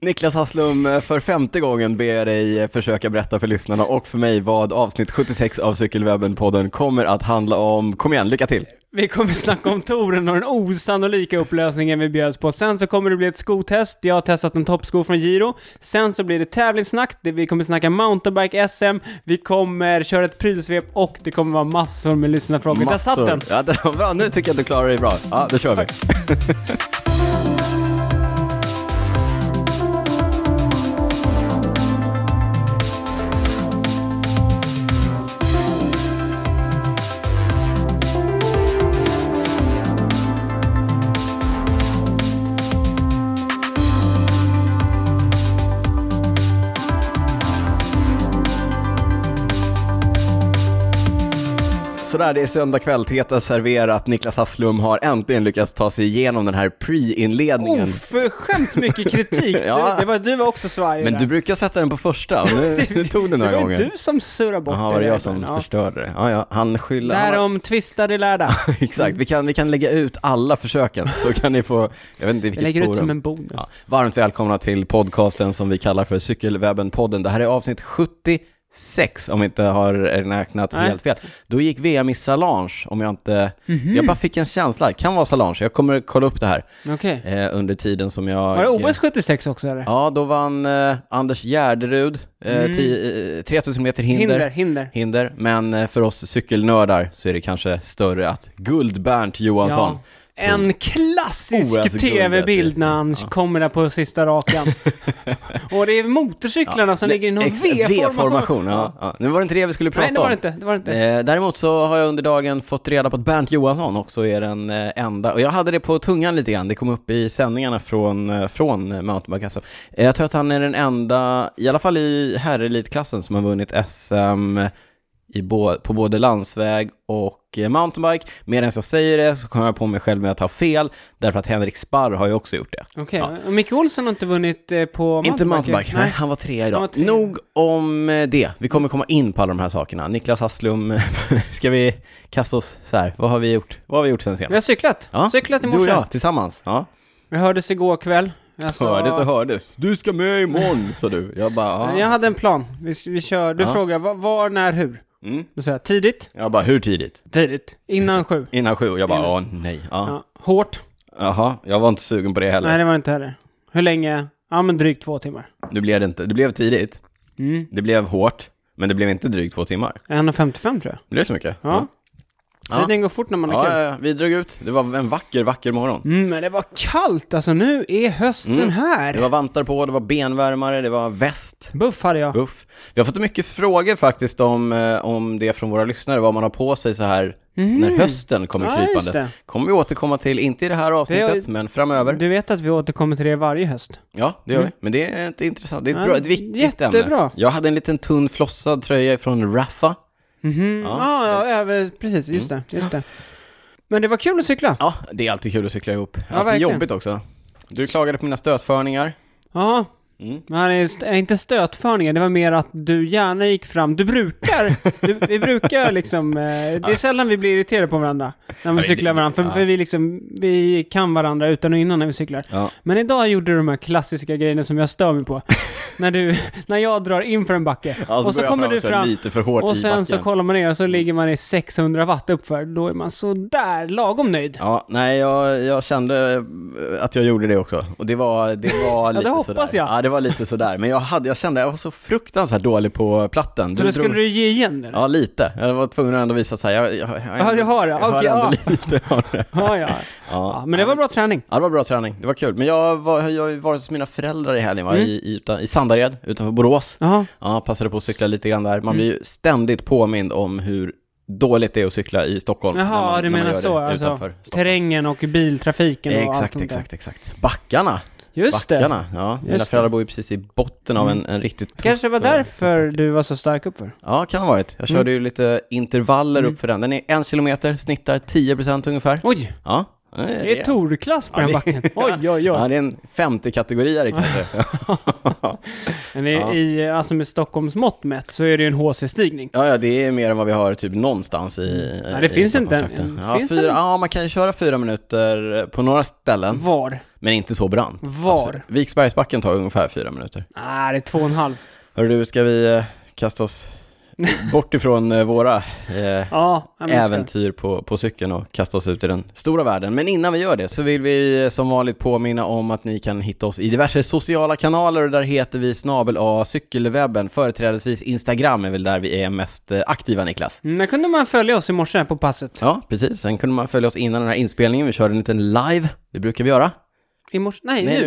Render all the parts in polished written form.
Niklas Hasslum, för 5:e gången ber jag dig försöka berätta för lyssnarna och för mig vad avsnitt 76 av Cykelwebben-podden kommer att handla om. Kom igen, lycka till! Vi kommer snacka om touren och den osannolika upplösningen vi bjöds på. Sen så kommer det bli ett skotest. Jag har testat en toppsko från Giro. Sen så blir det tävlingssnack. Vi kommer snacka mountainbike SM. Vi kommer köra ett prylsvep och det kommer vara massor med lyssnarfrågor. Där satt den! Ja, det var bra. Nu tycker jag att du klarar dig bra. Ja, då kör vi. Sådär, det är söndag kväll, Teta serverat. Niklas Hasslum har äntligen lyckats ta sig igenom den här pre-inledningen. Oförskämt mycket kritik. Ja. Du var också svajig. Men du brukar sätta den på första och nu tog den några gånger. Det var du som surrar bort det. Ja, det jag som förstörde det. Ja, han skyller. Därom tvistade lärda. Exakt, vi kan lägga ut alla försöken så kan ni få, jag vet inte vilket lägger forum. Ut som en bonus. Ja, varmt välkomna till podcasten som vi kallar för Cykelwebben-podden. Det här är avsnitt 76 om jag inte har räknat helt fel. Då gick VM i Salange om jag inte... Jag bara fick en känsla. Det kan vara Salange. Jag kommer kolla upp det här under tiden som jag... Var det OS 76 också eller? Ja, då vann Anders Gärderud 3000 meter hinder. Men för oss cykelnördar så är det kanske större att Bernt Johansson... Ja. En klassisk tv-bild när han kommer där på sista rakan. Och det är motorcyklarna som ligger i någon V-formation. Ja. Nu var det inte det vi skulle prata om. Nej, det var inte. Däremot så har jag under dagen fått reda på att Bernt Johansson också är den enda. Och jag hade det på tungan lite grann. Det kom upp i sändningarna från mountainbike. Jag tror att han är den enda, i alla fall i herrelitklassen, som har vunnit SM på både landsväg och mountainbike. Medan jag säger det så kommer jag på mig själv med att ha fel, därför att Henrik Sparr har ju också gjort det. Okej, och Micke Olsson har inte vunnit på mountainbike? Inte mountainbike, nej, han var 3 idag. Nog om det, vi kommer komma in på alla de här sakerna. Niklas Hasslum, ska vi kasta oss så här? Vad har vi gjort sen senast? Vi har cyklat, cyklat i morse. Du och jag, tillsammans. Ja. Vi hördes igår kväll. Hördes. Du ska med imorgon, sa du. Jag hade en plan. Vi kör. Du frågar var, när, hur? Du säger tidigt. Jag bara, hur tidigt? Tidigt. Innan 7. Innan 7. Jag bara, nej. Ja. Hårt. Jaha, jag var inte sugen på det heller. Nej, det var inte heller. Hur länge? Ja, men drygt 2 timmar. Nu blev det inte. Det blev tidigt. Det blev hårt. Men det blev inte drygt 2 timmar. 1:55 tror jag. Det är så mycket. Ja. Tiden går fort när man är kul. Ja, vi drog ut. Det var en vacker morgon. Men det var kallt. Alltså nu är hösten här. Det var vantar på, det var benvärmare, det var väst. Buff hade jag. Buff. Vi har fått mycket frågor faktiskt om det från våra lyssnare. Vad man har på sig så här när hösten kommer krypandes. Kommer vi återkomma till, inte i det här avsnittet, men framöver. Du vet att vi återkommer till det varje höst. Ja, det gör vi. Men det är inte intressant. Det är ett viktigt ämne. Jag hade en liten tunn flossad tröja från Raffa. Precis, just det. Men det var kul att cykla. Ja, det är alltid kul att cykla ihop. Alltid jobbigt också. Du klagade på mina stötförningar. Ja. Men det är inte stötförningar, det var mer att du gärna gick fram. Vi brukar liksom, det är sällan vi blir irriterade på varandra när vi cyklar varandra, för vi kan varandra utan och innan när vi cyklar. Men idag gjorde du de här klassiska grejerna som jag stör mig på. när jag drar in för en backe och så kommer du fram lite för hårt och sen så kollar man ner och så ligger man i 600 watt uppför. Då är man så där lagom nöjd. Ja, nej, jag kände att jag gjorde det också. Och det var lite det hoppas sådär. Jag. Ja, det var lite sådär. Men jag kände att jag var så fruktansvärt dålig på platten. Så skulle du ge igen eller? Ja, lite. Jag var tvungen att ändå visa sig. Jag har det. Okej, ändå lite av det. Ja, men det var bra träning. Ja, det var bra träning. Det var kul. Men jag var hos mina föräldrar i helgen, i Sandared utanför Borås. Ja, passade på att cykla lite grann där. Man blir ju ständigt påmind om hur dåligt det är att cykla i Stockholm. Jaha, du menar så, alltså terrängen och biltrafiken och allt. Exakt. Backarna. Just backarna. Det. Ja, mina föräldrar bor ju precis i botten av en riktigt tuff... Kanske var därför du var så stark uppför. Ja, kan ha varit. Jag körde ju lite intervaller upp för den. Den är 1 kilometer, snittar 10% ungefär. Oj! Ja. Det är torklass på den backen. Oj. Ja, det är en 50-kategoriare kanske. Men alltså med Stockholms mått mätt så är det ju en HC-stigning. Ja, det är mer än vad vi har typ någonstans i... Nej, det finns inte. Ja, man kan ju köra 4 minuter på några ställen. Var? Men inte så brant. Var? Absolut. Viksbergsbacken tar ungefär 4 minuter. Nej, det är 2,5. Hörru du, ska vi kasta oss bort ifrån våra äventyr på cykeln och kasta oss ut i den stora världen. Men innan vi gör det så vill vi som vanligt påminna om att ni kan hitta oss i diverse sociala kanaler, och där heter vi @cykelwebben. Företrädesvis Instagram är väl där vi är mest aktiva, Niklas. Där kunde man följa oss i morse på passet. Ja, precis. Sen kunde man följa oss innan den här inspelningen. Vi körde en liten live, det brukar vi göra. I morse? Nej, nu.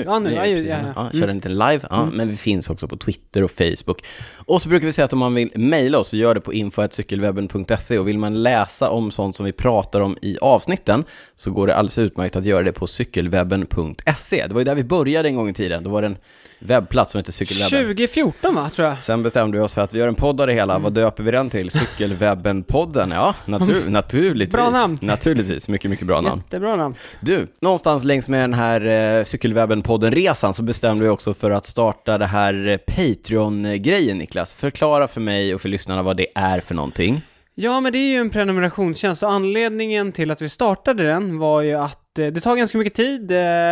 Kör en liten live. Ja, men vi finns också på Twitter och Facebook. Och så brukar vi säga att om man vill mejla oss så gör det på info@cykelwebben.se, och vill man läsa om sånt som vi pratar om i avsnitten så går det alldeles utmärkt att göra det på cykelwebben.se. Det var ju där vi började en gång i tiden. Då var det en webbplats som heter Cykelwebben. 2014 va, tror jag. Sen bestämde vi oss för att vi gör en podd av det hela. Vad döper vi den till? Cykelwebben-podden. Ja, naturligtvis. Bra namn. Naturligtvis, mycket bra namn. Jättebra namn. Du, någonstans längs med den här Cykelwebben-podden-resan så bestämde vi också för att starta det här Patreon-grejen, Niklas. Förklara för mig och för lyssnarna vad det är för någonting. Ja, men det är ju en prenumerationstjänst, och anledningen till att vi startade den var ju att det tar ganska mycket tid.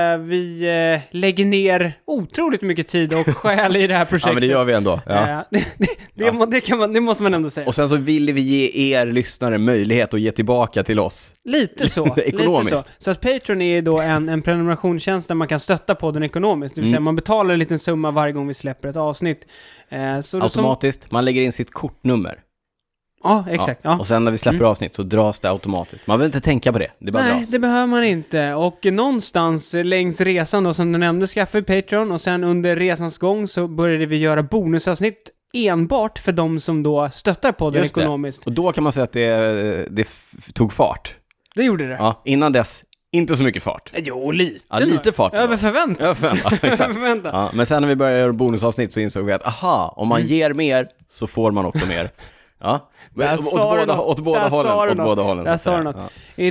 Vi lägger ner otroligt mycket tid och själ i det här projektet. Ja, men det gör vi ändå. Ja. Det måste man ändå säga. Och sen så vill vi ge er lyssnare möjlighet att ge tillbaka till oss. Lite så. Ekonomiskt. Lite så att Patreon är då en prenumerationstjänst där man kan stötta podden ekonomiskt. Det vill säga man betalar en liten summa varje gång vi släpper ett avsnitt. Automatiskt. Man lägger in sitt kortnummer. Ja, exakt. Ja. Och sen när vi släpper avsnitt så dras det automatiskt. Man vill inte tänka på det. Det bara Nej, dras. det behöver man inte. Och någonstans längs resan då, som du nämnde, skaffade vi Patreon. Och sen under resans gång så började vi göra bonusavsnitt enbart för de som då stöttar på den ekonomiskt. Och då kan man säga att det tog fart. Det gjorde det. Ja, innan dess inte så mycket fart. Jo, lite. Ja, lite fart. Över förväntan. Ja, men sen när vi började göra bonusavsnitt så insåg vi att om man ger mer så får man också mer. Ja. Åt båda hållen. Där sa du något.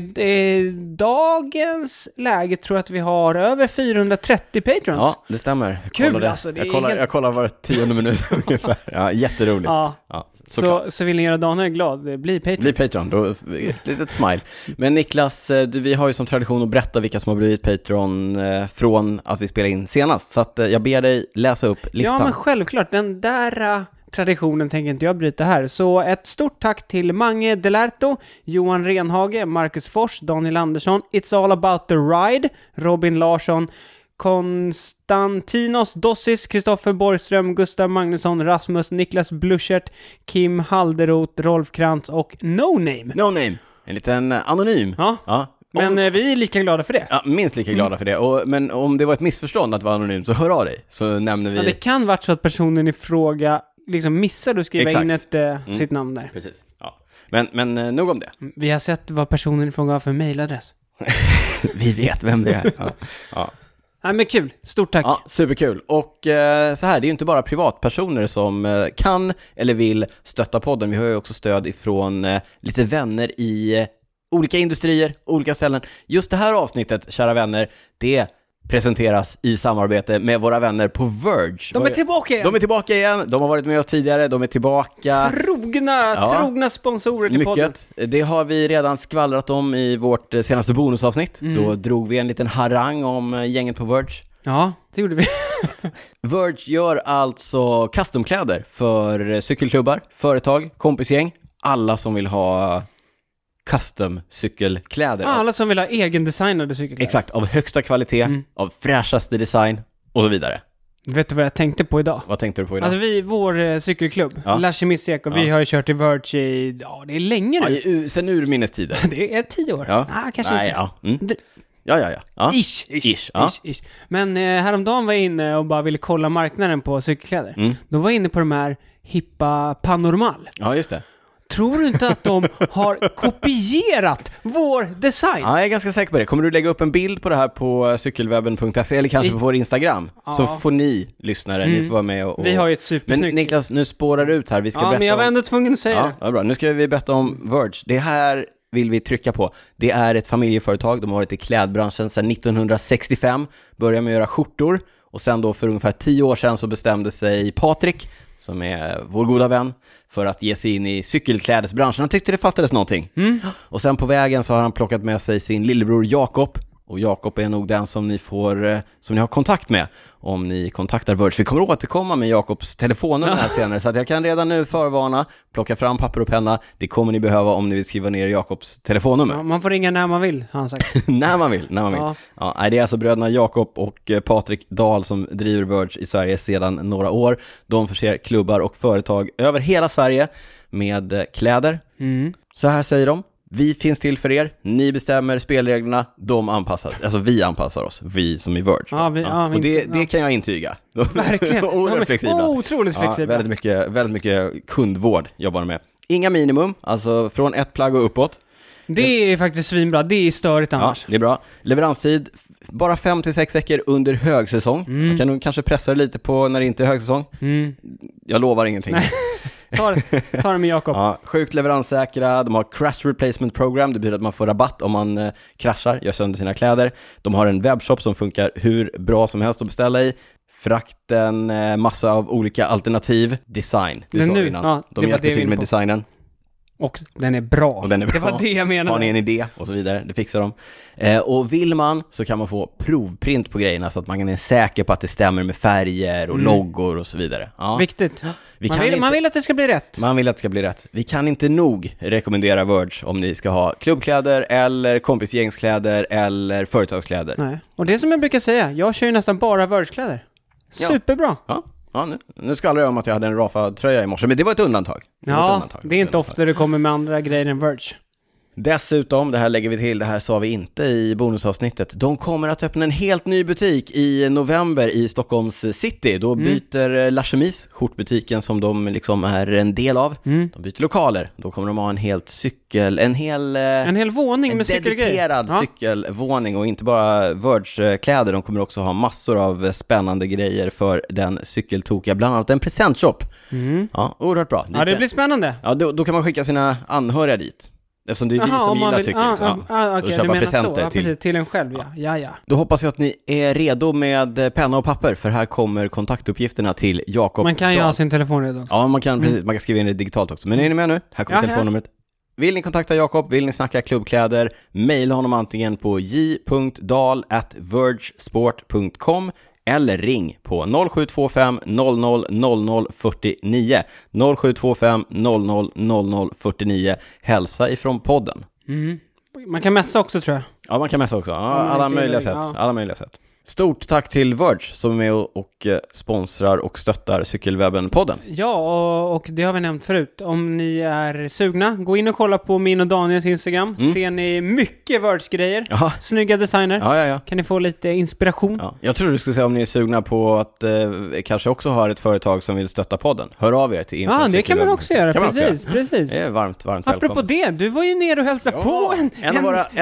I dagens läge tror jag att vi har över 430 patrons. Ja, det stämmer. Kul alltså. Jag kollar var 10:e minut ungefär. Ja, jätteroligt. Ja. Så vill ni göra Daniel glad, bli Patreon. Bli Patreon, då ett litet smile. Men Niklas, vi har ju som tradition att berätta vilka som har blivit Patreon från att vi spelade in senast. Så att jag ber dig läsa upp listan. Ja, men självklart. Den där traditionen tänker inte jag bryta här. Så ett stort tack till Mange Delerto, Johan Renhage, Marcus Fors, Daniel Andersson, It's All About the Ride, Robin Larsson, Konstantinos Dossis, Kristoffer Borgström, Gustav Magnusson, Rasmus, Niklas Bluschert, Kim Halderoth, Rolf Krantz och No Name. En liten anonym. Ja. Men vi är lika glada för det. Ja, minst lika glada för det. Men om det var ett missförstånd att vara anonym så hör av dig. Så nämner vi... Ja, det kan vara så att personen i fråga liksom missar att skriva in sitt namn där. Precis. Ja. Men nog om det. Vi har sett vad personen i fråga har för mejladress. Vi vet vem det är. Ja. Nej, men kul. Stort tack. Ja, superkul. Och så här, det är ju inte bara privatpersoner som kan eller vill stötta podden. Vi har ju också stöd ifrån lite vänner i olika industrier, olika ställen. Just det här avsnittet, kära vänner, det presenteras i samarbete med våra vänner på Verge. De är tillbaka igen. De är tillbaka igen. De har varit med oss tidigare. De är tillbaka. Trogna sponsorer till podden. Det har vi redan skvallrat om i vårt senaste bonusavsnitt. Då drog vi en liten harang om gänget på Verge. Ja, det gjorde vi. Verge gör alltså customkläder för cykelklubbar, företag, kompisgäng. Alla som vill ha custom cykelkläder. Alla som vill ha egendesignade cykelkläder. Exakt, av högsta kvalitet, av fräschaste design och så vidare. Vet du vad jag tänkte på idag? Vad tänkte du på idag? Alltså vår cykelklubb, La Chemisek, och vi har ju kört i Verge i, det är länge nu. Sen urminnestiden. Det är 10 år. Ja. Kanske inte. Ja. Ish. Men häromdagen var jag inne och bara ville kolla marknaden på cykelkläder. Då var jag inne på de här hippa Panormal. Ja, just det. Tror du inte att de har kopierat vår design? Ja, jag är ganska säker på det. Kommer du lägga upp en bild på det här på cykelwebben.se eller kanske på vår Instagram? Ja. Så får ni lyssnare, ni får vara med och... Vi har ju ett supersnyggt... Men Niklas, nu spårar det ut här. Vi ska berätta men jag var ändå tvungen att säga det. Ja, bra. Nu ska vi berätta om Verge. Det här vill vi trycka på. Det är ett familjeföretag. De har varit i klädbranschen sedan 1965. Började med att göra skjortor. Och sen då för ungefär 10 år sedan så bestämde sig Patrik, som är vår goda vän, för att ge sig in i cykelklädesbranschen. Han tyckte det fattades någonting. Och sen på vägen så har han plockat med sig sin lillebror Jakob Och Jakob är nog den som ni har kontakt med om ni kontaktar Verge. Vi kommer återkomma med Jakobs telefonnummer här senare, så att jag kan redan nu förvarna, plocka fram papper och penna. Det kommer ni behöva om ni vill skriva ner Jakobs telefonnummer. Ja, man får ringa när man vill, har han sagt. när man vill. Ja, det är alltså bröderna Jakob och Patrik Dahl som driver Verge i Sverige sedan några år. De förser klubbar och företag över hela Sverige med kläder. Så här säger de: vi finns till för er, ni bestämmer spelreglerna, vi anpassar oss, vi som är Verge. Och det kan jag intyga. Verkligen. Oerhört flexibla. Otroligt flexibla. Väldigt mycket kundvård jobbar de med. Inga minimum, alltså från ett plagg och uppåt. Det är faktiskt svinbra, det är störigt annars. Ja, det är bra. Leveranstid, bara 5-6 veckor under högsäsong. Man kan nog kanske pressa lite på när det inte är högsäsong. Jag lovar ingenting. Ta det med Jakob. Ja, sjukt leveranssäkra. De har crash replacement program. Det betyder att man får rabatt om man kraschar, gör sönder sina kläder. De har en webbshop som funkar hur bra som helst att beställa i. Frakten, massa av olika alternativ. Design, det sa vi innan. Ja, de hjälper till med designen. Och den är bra. Det var det jag menade. Har ni en idé och så vidare, det fixar de. Och vill man så kan man få provprint på grejerna så att man är säker på att det stämmer med färger och loggor och så vidare. Ja. Viktigt. Man vill att det ska bli rätt. Man vill att det ska bli rätt. Vi kan inte nog rekommendera Verge om ni ska ha klubbkläder eller kompisgängskläder eller företagskläder. Nej. Och det som jag brukar säga, jag kör ju nästan bara Verge-kläder. Superbra. Ja, nu skvallrar jag om att jag hade en Rafa-tröja i morse, men det var ett undantag. Det är inte ofta det kommer med andra grejer än Verge. Dessutom, det här lägger vi till, det här sa vi inte i bonusavsnittet. De kommer att öppna en helt ny butik i november i Stockholms city. Då byter La Chemise, skjortbutiken som de liksom är en del av. De byter lokaler. Då kommer de ha en hel våning med cykelgrejer. Dedikerad cykelvåning, och inte bara Verge-kläder. De kommer också ha massor av spännande grejer för den cykeltokiga, bland annat en presentshop. Ja, oerhört bra. Det blir spännande. Ja, då kan man skicka sina anhöriga dit. Eftersom det är vi som gillar cykel. Då köpa presenter till en själv. Ja. Då hoppas jag att ni är redo med penna och papper, för här kommer kontaktuppgifterna till Jakob. Man kan ju ha sin telefon redo. Ja, man kan skriva in det digitalt också. Men är ni med nu? Här kommer telefonnumret. Vill ni kontakta Jakob, vill ni snacka klubbkläder, mejla honom antingen på j.dahl@vergesport.com eller ring på 0725 00 00 49 0725 00 00 49. Hälsa ifrån podden. Man kan messa också, tror jag. Ja, man kan messa också. Alla möjliga sätt. Stort tack till Verge som är med och sponsrar och stöttar Cykelwebben-podden. Ja, och det har vi nämnt förut. Om ni är sugna, gå in och kolla på min och Daniels Instagram. Ser ni mycket Verge-grejer. Snygga designer. Ja. Kan ni få lite inspiration. Ja. Jag tror du skulle säga om ni är sugna på att kanske också ha ett företag som vill stötta podden. Hör av er till info. Ja, det kan man också göra. Precis. Det är varmt välkommen. Apropå det, du var ju ner och hälsade på en av våra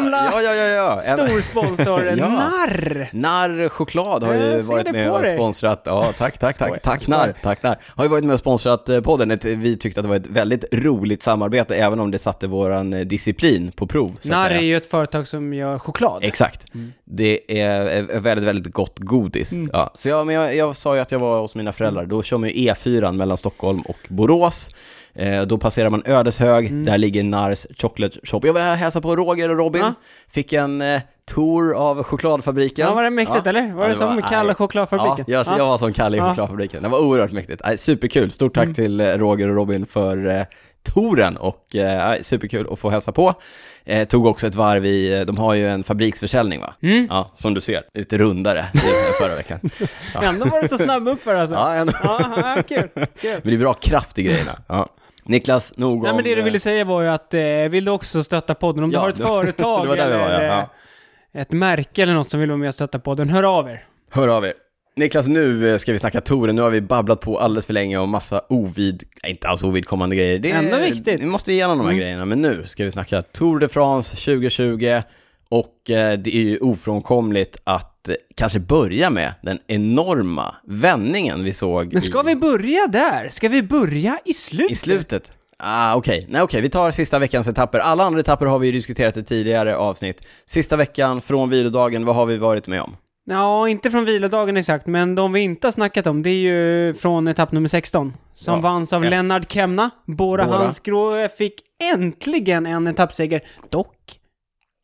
stor sponsor, Narr choklad har ju varit med och sponsrat. Ja, tack Narr. Har ju varit med och sponsrat podden. Vi tyckte att det var ett väldigt roligt samarbete, även om det satte våran disciplin på prov. Narr är ju ett företag som gör choklad. Exakt. Det är väldigt, väldigt gott godis. Ja. Så jag sa ju att jag var hos mina föräldrar. Då kör man ju E4 mellan Stockholm och Borås. Då passerar man Ödeshög. Där ligger Narrs chocolate shop. Jag var här hälsa på Roger och Robin. Fick en tour av chokladfabriken. Ja, var det mäktigt eller? Var det som Kalle chokladfabriken? Ja, jag var som Kalle i chokladfabriken. Det var oerhört mäktigt. Superkul. Stort tack till Roger och Robin för touren, och superkul att få hälsa på. Tog också ett varv i, de har ju en fabriksförsäljning, va? Ja, som du ser, lite rundare förra veckan. Ändå var det så snabb upp för alltså. Kul. Men det är bra kraft i grejerna. Ja. Niklas, nog om... men det du ville säga var ju att vill du också stötta podden? Om du har ett företag eller ett märke eller något som vill vara med och stötta podden, hör av er. Niklas, nu ska vi snacka touren. Nu har vi babblat på alldeles för länge om massa inte alls ovidkommande grejer. Det är ändå viktigt. Vi måste igenom de här grejerna, men nu ska vi snacka Tour de France 2020, och det är ju ofrånkomligt att kanske börja med den enorma vändningen vi såg. Men ska vi börja där? Ska vi börja i slutet? Okej, vi tar sista veckans etapper. Alla andra etapper har vi ju diskuterat i tidigare avsnitt. Sista veckan från vilodagen, vad har vi varit med om? Ja, inte från vilodagen exakt, men de vi inte har snackat om, det är ju från etapp nummer 16 som vanns av Lennart Kemna. Bora Hansgrohe fick äntligen en etappseger. Dock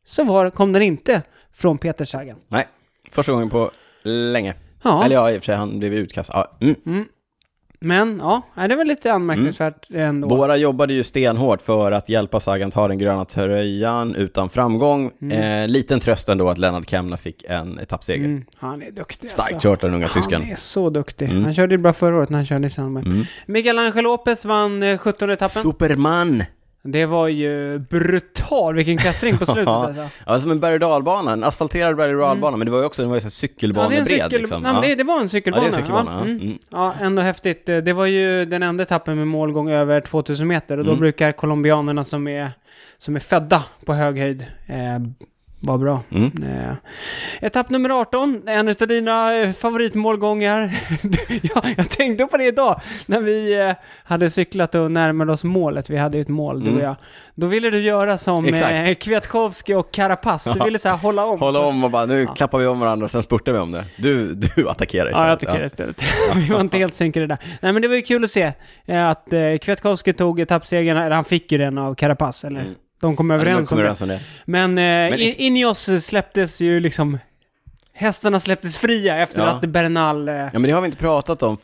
kom den inte från Peter Sagan. Nej, första gången på länge. Ja. Eller ja, i och för sig, han blev utkastad. Ja. Men ja, det var lite anmärkningsvärt ändå. Båda jobbade ju stenhårt för att hjälpa Sagan ta den gröna tröjan utan framgång. Liten tröst ändå att Lennart Kemna fick en etappseger. Han är duktig. Starkt kört den unga tysken. Han är så duktig. Han körde bra förra året när han körde i Sandberg. Miguel Angel Lopez vann 17:e etappen. Superman! Det var ju brutal, vilken klättring på slutet alltså. Ja, som en berg- och dalbana, en asfalterad berg- och dalbana, men det var ju också en cykelbanebred liksom. Det var en cykelbana. Ja, det är cykelbana. Ja, ändå häftigt. Det var ju den enda etappen med målgång över 2000 meter och då brukar colombianerna som är födda på hög höjd var bra. Etapp nummer 18, en av dina favoritmålgångar. Jag tänkte på det idag när vi hade cyklat och närmade oss målet. Vi hade ju ett mål, du och jag. Då ville du göra som Kwiatkowski och Carapaz. Du ville så här hålla om och bara, nu klappar vi om varandra och sen spurtar vi om det. Du attackerar istället. Ja, jag attackerar istället. Vi var inte helt synkade där. Nej, men det var ju kul att se att Kwiatkowski tog etappsegern, eller han fick ju den av Carapaz, eller... De kom överens om det. Men Ineos släpptes ju liksom... Hästarna släpptes fria efter att Bernal... Ja, men det har vi inte pratat om.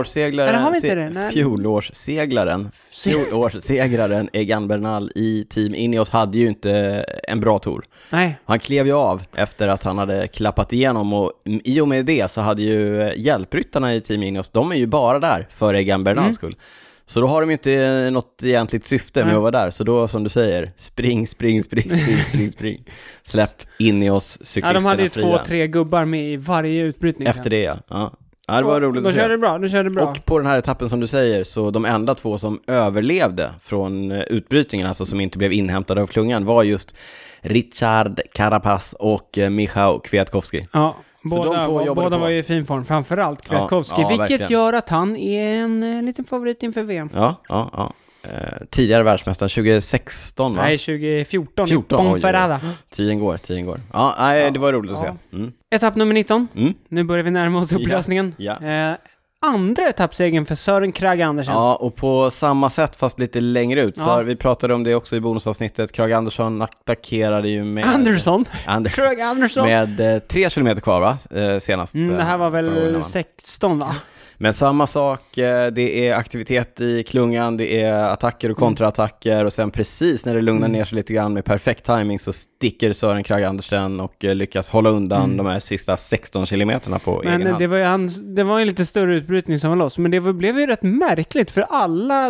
Fjolårssegraren Egan Bernal i Team Ineos hade ju inte en bra tour. Nej. Han klev ju av efter att han hade klappat igenom och i och med det så hade ju hjälpryttarna i Team Ineos, de är ju bara där för Egan Bernals skull. Så då har de ju inte något egentligt syfte med att vara där. Så då, som du säger, spring. Släpp Ineos cyklisterna fria. Ja, de hade ju 2-3 gubbar med i varje utbrytning. Efter det, ja. Ja, det var roligt att se. De körde bra. Och på den här etappen som du säger, så de enda 2 som överlevde från utbrytningen, alltså som inte blev inhämtade av klungan, var just Richard Carapaz och Michał Kwiatkowski. Ja. Båda var ju i fin form, framförallt Kwiatkowski, vilket verkligen gör att han är en liten favorit inför VM. Ja. Tidigare världsmästaren 2016, va? Nej, 2014. Ponferrada. Tiden går. Ja, nej, det var roligt att se. Etapp nummer 19. Nu börjar vi närma oss upplösningen. Ja. Andra etappsegern för Søren Kragh Andersen. Ja, och på samma sätt fast lite längre ut. Så vi pratade om det också i bonusavsnittet. Kragh Andersen attackerade ju med... Kragh Andersen. Med 3 kilometer kvar, va? Senast. Det här var väl 16, va? Men samma sak, det är aktivitet i klungan, det är attacker och kontraattacker och sen precis när det lugnar ner sig lite grann med perfekt timing så sticker Søren Kragh Andersen och lyckas hålla undan de här sista 16 kilometerna på egen hand. Det var ju lite större utbrytning som var loss, men det blev ju rätt märkligt för alla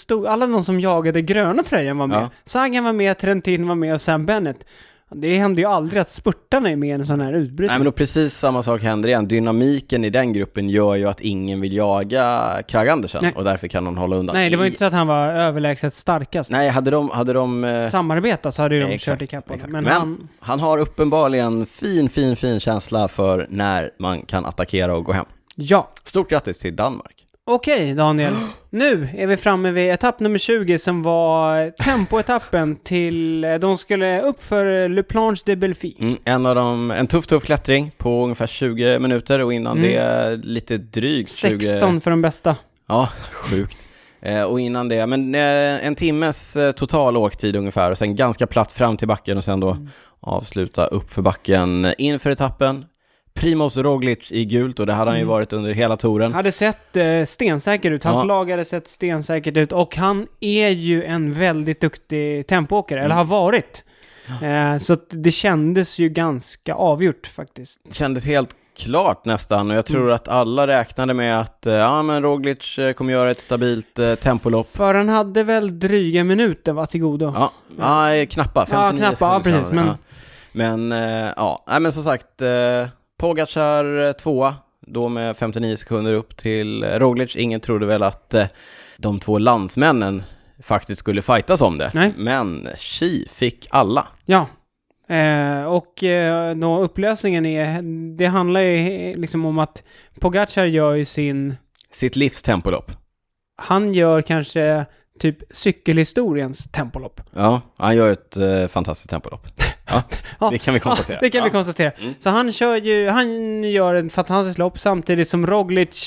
de som jagade gröna tröjan var med. Ja. Sagan var med, Trentin var med och Sam Bennett. Det händer ju aldrig att spurtarna är med i en sån här utbrytning. Nej, men då precis samma sak händer igen. Dynamiken i den gruppen gör ju att ingen vill jaga Kragh Andersen och därför kan de hålla undan. Nej, det var inte så att han var överlägset starkast. Nej, hade de samarbetat så hade de kört i kapp. Men han har uppenbarligen fin känsla för när man kan attackera och gå hem. Ja. Stort grattis till Danmark. Okej, Daniel. Nu är vi framme vid etapp nummer 20 som var tempoetappen till... De skulle upp för Le Planche de Belfi. En tuff klättring på ungefär 20 minuter och innan det är lite drygt 20... 16 för de bästa. Ja, sjukt. Och innan det, men en timmes total åktid ungefär och sen ganska platt fram till backen och sen då avsluta upp för backen inför etappen. Primoz Roglic i gult och det hade han ju varit under hela touren. Hade sett stensäker ut. Hans lag hade sett stensäkert ut och han är ju en väldigt duktig tempoåkare, eller har varit. Så det kändes ju ganska avgjort faktiskt. Det kändes helt klart nästan och jag tror att alla räknade med att men Roglic kommer göra ett stabilt tempolopp. För han hade väl dryga minuter var till godo. Knappa. 59 knappa, precis. Men som sagt... Pogačar 2 då med 59 sekunder upp till Roglic. Ingen trodde väl att de 2 landsmännen faktiskt skulle fightas om det. Nej. Men fick alla. Ja. Då upplösningen det handlar ju liksom om att Pogačar gör ju sitt livs tempolopp. Han gör kanske typ cykelhistoriens tempolopp. Ja, han gör ett fantastiskt tempolopp. Ja, det kan vi konstatera. Vi konstatera. Så han gör ett fantastiskt lopp samtidigt som Roglic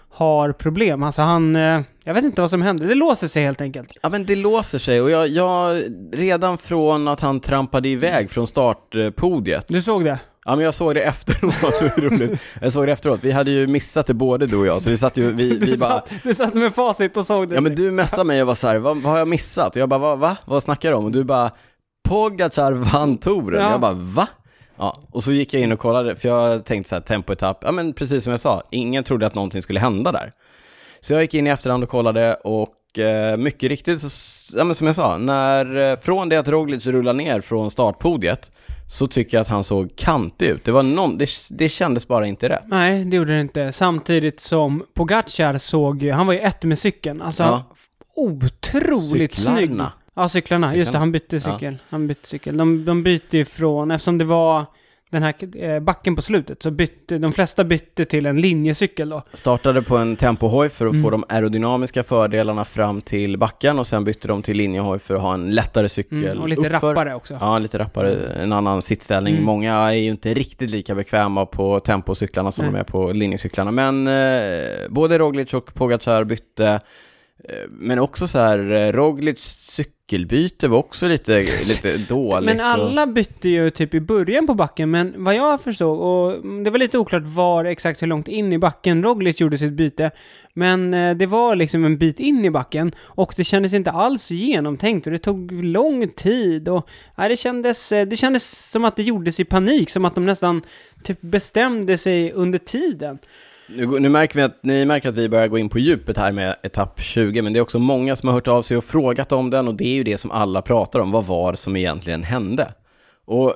har problem. Alltså jag vet inte vad som händer. Det låser sig helt enkelt. Ja, men det låser sig. Och jag redan från att han trampade iväg från startpodiet. Du såg det? Ja, men jag såg det efteråt. Jag såg det efteråt. Vi hade ju missat det både du och jag. Så vi satt ju, vi bara... Du satt med facit och såg det. Ja, men du messade mig och var så här, vad har jag missat? Och jag bara, va? Vad snackar du om? Och du bara, Pogacar vann touren. Ja. Jag bara, va? Ja, och så gick jag in och kollade, för jag tänkte så här, tempoetapp, ja men precis som jag sa, ingen trodde att någonting skulle hända där. Så jag gick in i efterhand och kollade och mycket riktigt, ja, men som jag sa, från det att Roglic rullade ner från startpodiet så tycker jag att han såg kantig ut. Det var det kändes bara inte rätt. Nej, det gjorde det inte. Samtidigt som Pogacar han var ju ett med cykeln. Alltså, otroligt snygg. Ja, cyklarna. Just det, han bytte cykel. Ja. Han bytte cykel. De bytte ifrån, eftersom det var den här backen på slutet, så de flesta bytte till en linjecykel då. Startade på en tempohoj för att få de aerodynamiska fördelarna fram till backen, och sen bytte de till linjehoj för att ha en lättare cykel och lite uppför. rappare också. Ja, lite rappare, en annan sittställning. Många är ju inte riktigt lika bekväma på tempocyklarna som de är på linjecyklarna, men både Roglic och Pogacar bytte. Men också så här, Roglic cykelbyte var också lite dåligt. Men alla bytte ju typ i början på backen, men vad jag förstod, och det var lite oklart var exakt hur långt in i backen Roglic gjorde sitt byte, men det var liksom en bit in i backen och det kändes inte alls genomtänkt och det tog lång tid och det kändes som att det gjordes i panik, som att de nästan typ bestämde sig under tiden. Nu märker vi att ni märker att vi börjar gå in på djupet här med etapp 20, men det är också många som har hört av sig och frågat om den, och det är ju det som alla pratar om. Vad var det som egentligen hände? Och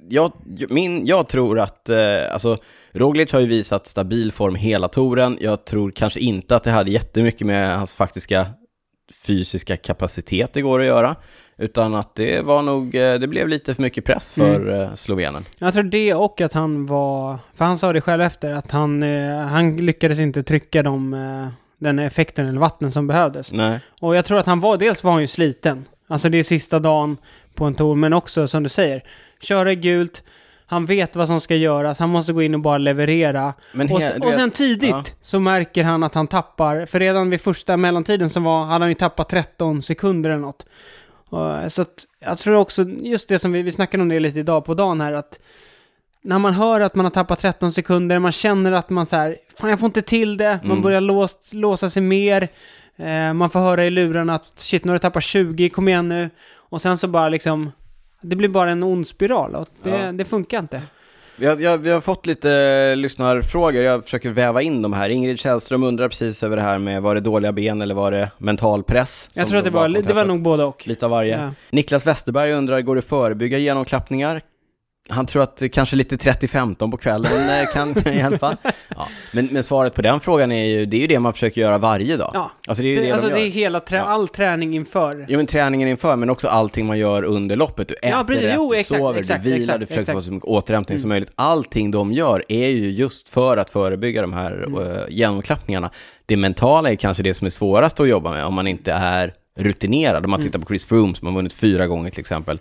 jag tror att alltså, Roglic har ju visat stabil form hela touren. Jag tror kanske inte att det hade jättemycket med hans faktiska fysiska kapacitet igår att göra, utan att det blev lite för mycket press för slovenen. Jag tror det, och att för han sa det själv efter, att han lyckades inte trycka den effekten eller vattnet som behövdes. Nej. Och jag tror att dels var han ju sliten. Alltså det är sista dagen på en tour, men också som du säger, köra gult. Han vet vad som ska göras. Han måste gå in och bara leverera. Och sen tidigt så märker han att han tappar. För redan vid första mellantiden hade han ju tappat 13 sekunder eller något. Så att jag tror också, just det som vi snackade om det lite idag på dagen här, att när man hör att man har tappat 13 sekunder, man känner att man så här, fan jag får inte till det. Man börjar låsa sig mer. Man får höra i luren att shit, nu har du tappat 20, kom igen nu. Och sen så bara liksom, det blir bara en ond spiral och det funkar inte. Vi har fått lite lyssnarfrågor. Jag försöker väva in de här. Ingrid Källström undrar precis över det här med, var det dåliga ben eller var det mental press? Jag tror att det var nog både och. Lite av varje. Ja. Niklas Westerberg undrar, går det förebygga genomklappningar? Han tror att kanske lite 30-15 på kvällen kan hjälpa. Ja. Men svaret på den frågan är ju, det är ju det man försöker göra varje dag. Ja. Alltså det är ju det är hela all träning inför. Ja, men träningen inför, men också allting man gör under loppet. Du äter rätt, du sover, du vilar, du försöker få så mycket återhämtning som möjligt. Allting de gör är ju just för att förebygga de här genomklappningarna. Det mentala är kanske det som är svårast att jobba med om man inte är rutinerad. Om man tittar på Chris Froome som har vunnit 4 gånger till exempel.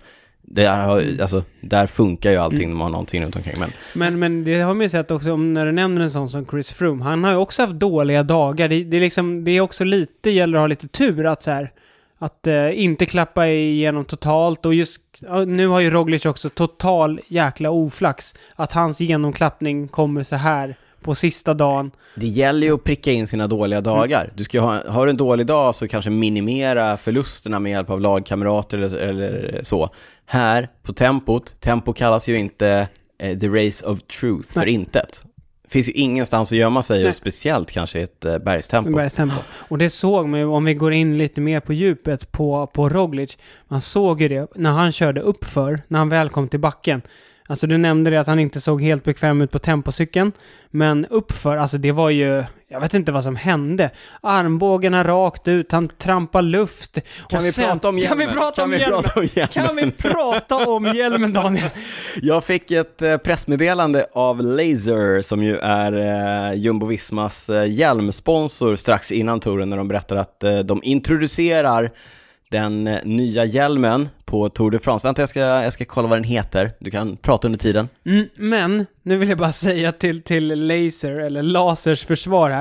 Där funkar ju allting när man har någonting runt omkring. Men det har man ju sett också, när du nämner en sån som Chris Froome. Han har ju också haft dåliga dagar. Det är också lite, gäller att ha lite tur att inte klappa igenom totalt. Och just nu har ju Roglic också total jäkla oflax. Att hans genomklappning kommer så här på sista dagen. Det gäller ju att pricka in sina dåliga dagar. Du ska ha en dålig dag, så kanske minimera förlusterna med hjälp av lagkamrater eller så. Här på tempo kallas ju inte the race of truth för intet. Det finns ju ingenstans att gömma sig, och speciellt kanske ett bergstempo. Och det såg man ju, om vi går in lite mer på djupet på Roglic. Man såg ju det när han körde uppför, när han väl kom till backen. Alltså du nämnde det att han inte såg helt bekväm ut på tempocykeln, men uppför, alltså det var ju, jag vet inte vad som hände. Armbågarna rakt ut, han trampar luft. Kan vi prata om hjälmen? Kan vi prata om hjälmen, Daniel? Jag fick ett pressmeddelande av Laser, som ju är Jumbo Vismas hjälmsponsor, strax innan touren, när de berättar att de introducerar den nya hjälmen på Tour de France. Vänta, jag ska kolla vad den heter. Du kan prata under tiden. Men nu vill jag bara säga till Laser, eller Lasers försvar här,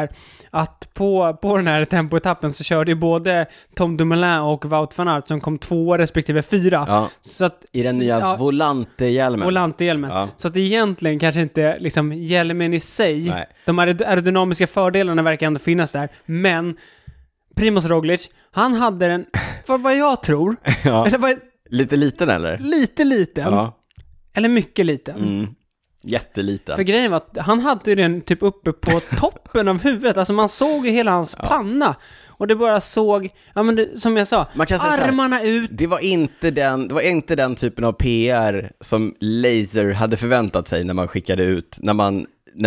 att på den här tempoetappen så körde ju både Tom Dumoulin och Wout van Aert som kom 2 respektive 4. Ja. Så att, I den nya Volante-hjälmen. Volante-hjälmen. Ja. Så att egentligen kanske inte liksom hjälmen i sig. Nej. De aerodynamiska fördelarna verkar ändå finnas där. Men Primoz Roglic, han hade den, för vad jag tror, Ja. eller Lite liten eller? lite liten. Ja. Eller mycket liten. Mm. Jätteliten. För grejen var att han hade den typ uppe på toppen av huvudet. Alltså man såg ju hela hans panna. Och det bara såg, ja men det, som jag sa, Man kan säga armarna ut. Det var inte den typen av PR som Laser hade förväntat sig när man skickade ut, när man